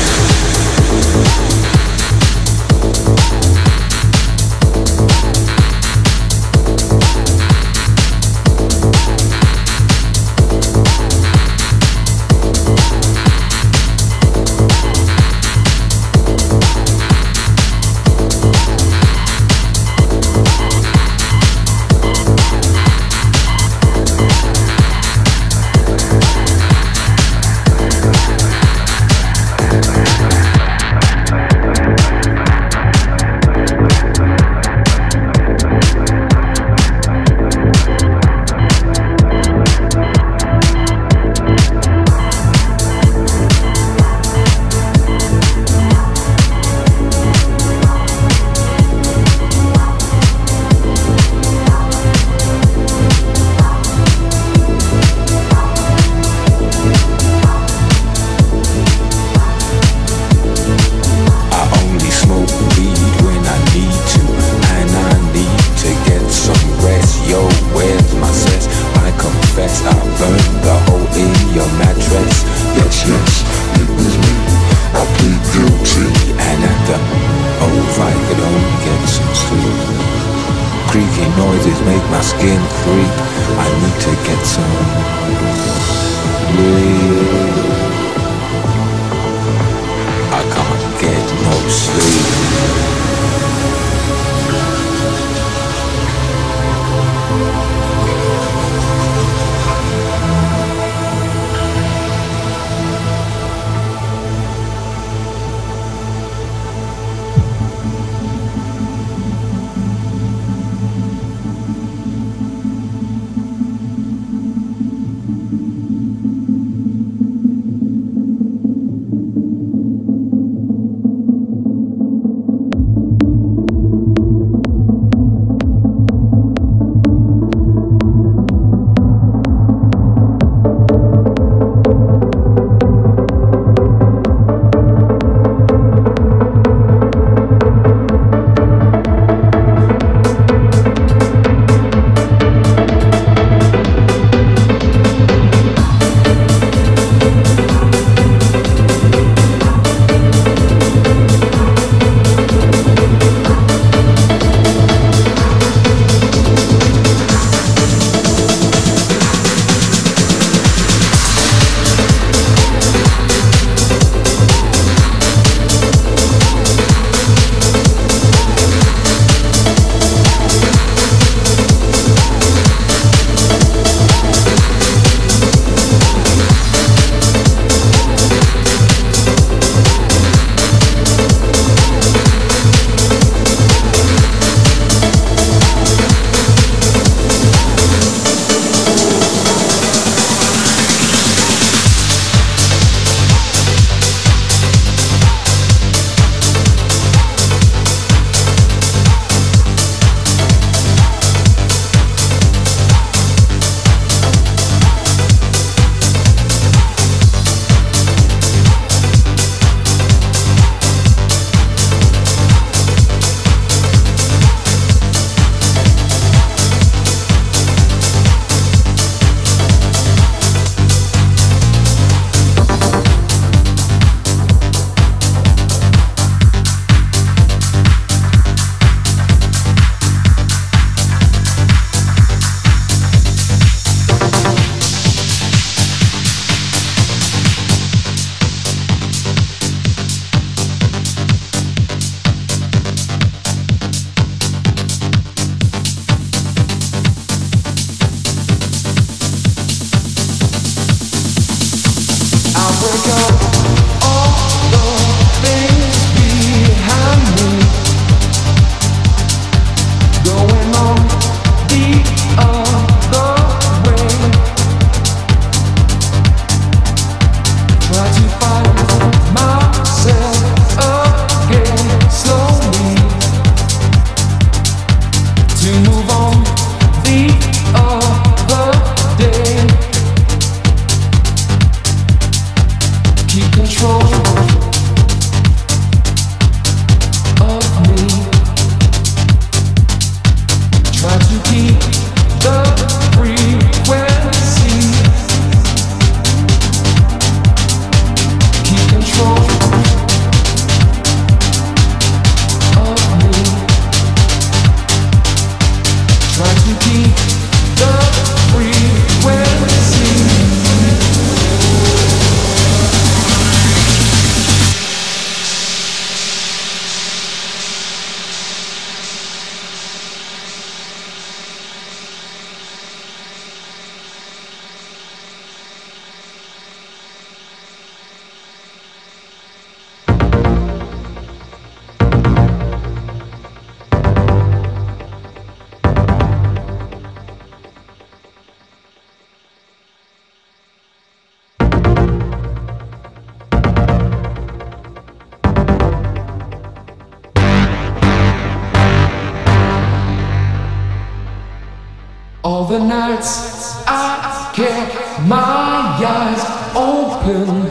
Speaker 9: the nights I kept my eyes open,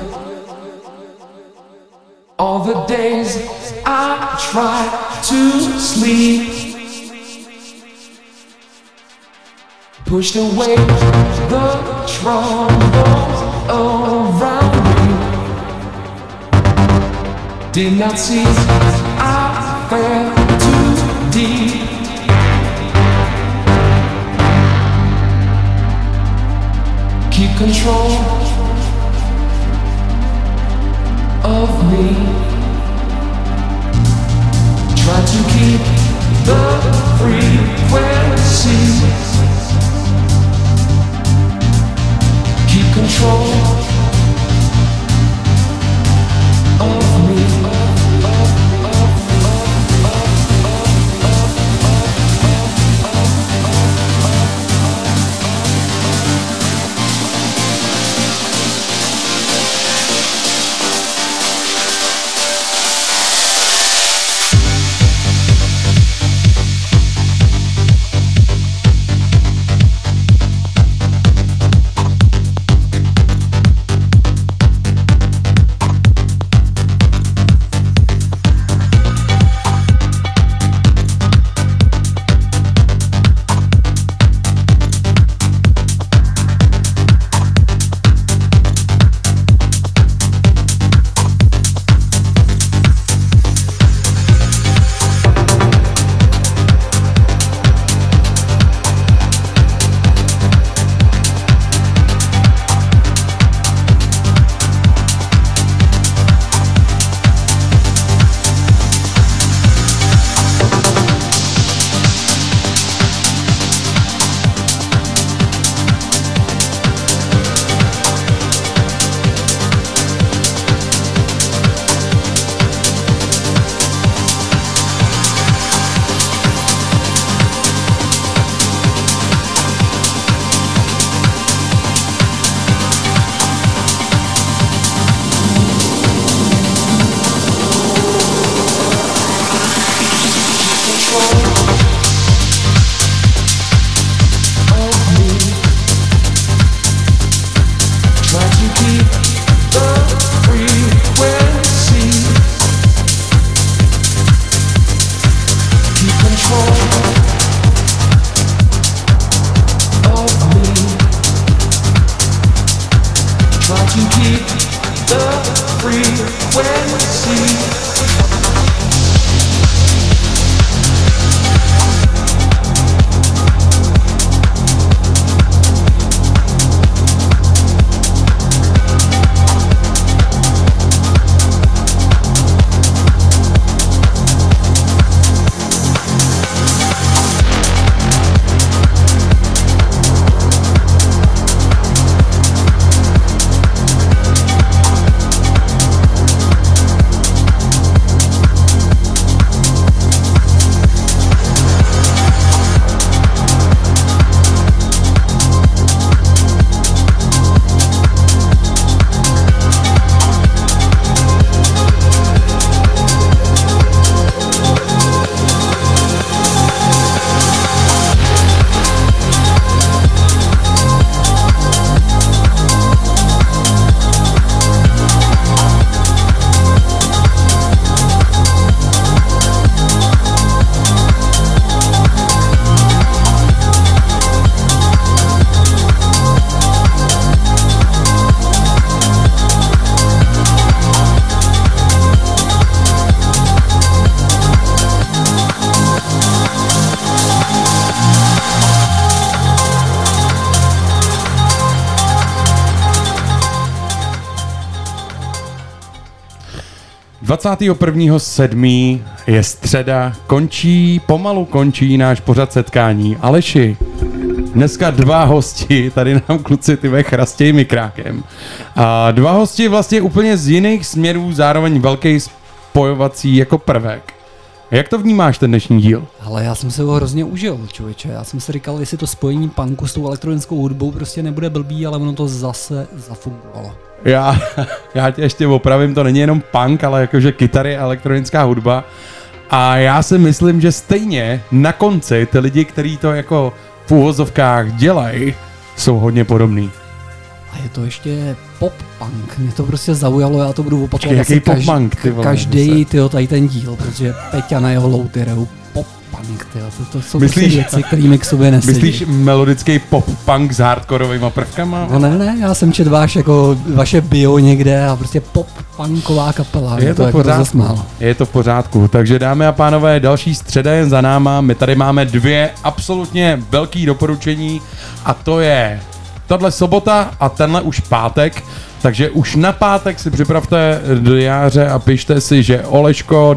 Speaker 9: all the days I tried to sleep, pushed away the troubles around me, did not see I fell too deep. Keep control of me. Try to keep the frequency. Keep control of me.
Speaker 3: je středa, pomalu končí náš pořad setkání. Aleši, dneska dva hosti, tady nám kluci ty chrastějí mikrákem. A dva hosti vlastně úplně z jiných směrů, zároveň velký spojovací jako prvek. Jak to vnímáš ten dnešní díl?
Speaker 2: Ale já jsem se ho hrozně užil, člověče. Já jsem si říkal, jestli to spojení punku s tou elektronickou hudbou prostě nebude blbý, ale ono to zase zafungovalo.
Speaker 3: Já tě ještě opravím, to není jenom punk, ale jakože kytary a elektronická hudba. A já si myslím, že stejně na konci ty lidi, kteří to jako v úvozovkách dělají, jsou hodně podobný.
Speaker 2: A je to ještě pop-punk. Mě to prostě zaujalo, já to budu opakovat.
Speaker 3: Jaký pop-punk, ty vole,
Speaker 2: každý tady ten díl, protože Peťa na jeho louty hrajou pop-punk, to jsou
Speaker 3: Myslíš,
Speaker 2: prostě věci, kterými k sobě nesedí.
Speaker 3: Myslíš melodický pop-punk s hardkorovýma prvkama?
Speaker 2: No ne, já jsem četl vaše bio někde a prostě pop-punková kapela.
Speaker 3: Je to v pořádku. Je to v pořádku. Takže dámy a pánové, další středa je za náma. My tady máme 2 absolutně velký doporučení a to je tahle sobota a tenhle už pátek. Takže už na pátek si připravte diáře a pište si, že Oleško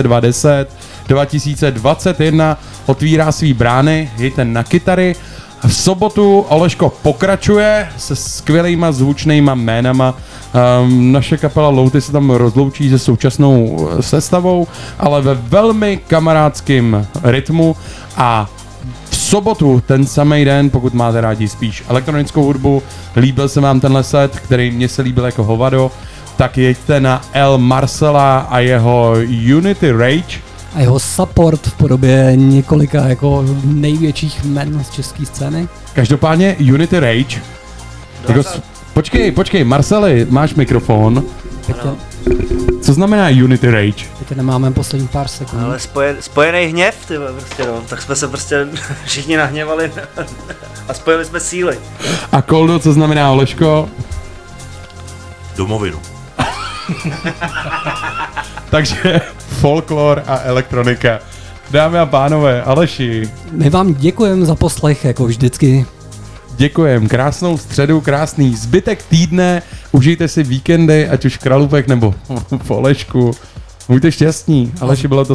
Speaker 3: 2021 otvírá svý brány, jděte na kytary. V sobotu Oleško pokračuje se skvělýma zvučnýma jménama. Naše kapela Louty se tam rozloučí se současnou sestavou, ale ve velmi kamarádském rytmu a v sobotu, ten samý den, pokud máte rádi spíš elektronickou hudbu, líbil se vám tenhle set, který mně se líbil jako hovado, tak jeďte na El Marcela a jeho Unity Rage.
Speaker 2: A jeho support v podobě několika jako největších jmen z české scény.
Speaker 3: Každopádně Unity Rage. Jako, počkej, Marceli, máš mikrofon. Co znamená Unity Rage?
Speaker 2: Teď nemáme poslední pár sekund.
Speaker 7: Ale spojený hněv, ty vole, prostě no. Tak jsme se prostě všichni nahněvali a spojili jsme síly.
Speaker 3: A Koldo, co znamená Oleško?
Speaker 4: Domovinu.
Speaker 3: Takže folklor a elektronika. Dámy a pánové, Aleši.
Speaker 2: My vám děkujeme za poslech, jako vždycky.
Speaker 3: Děkujem, krásnou středu, krásný zbytek týdne, užijte si víkendy, ať už v Kralupech nebo v Olešku. Buďte šťastní, Aleši, bylo to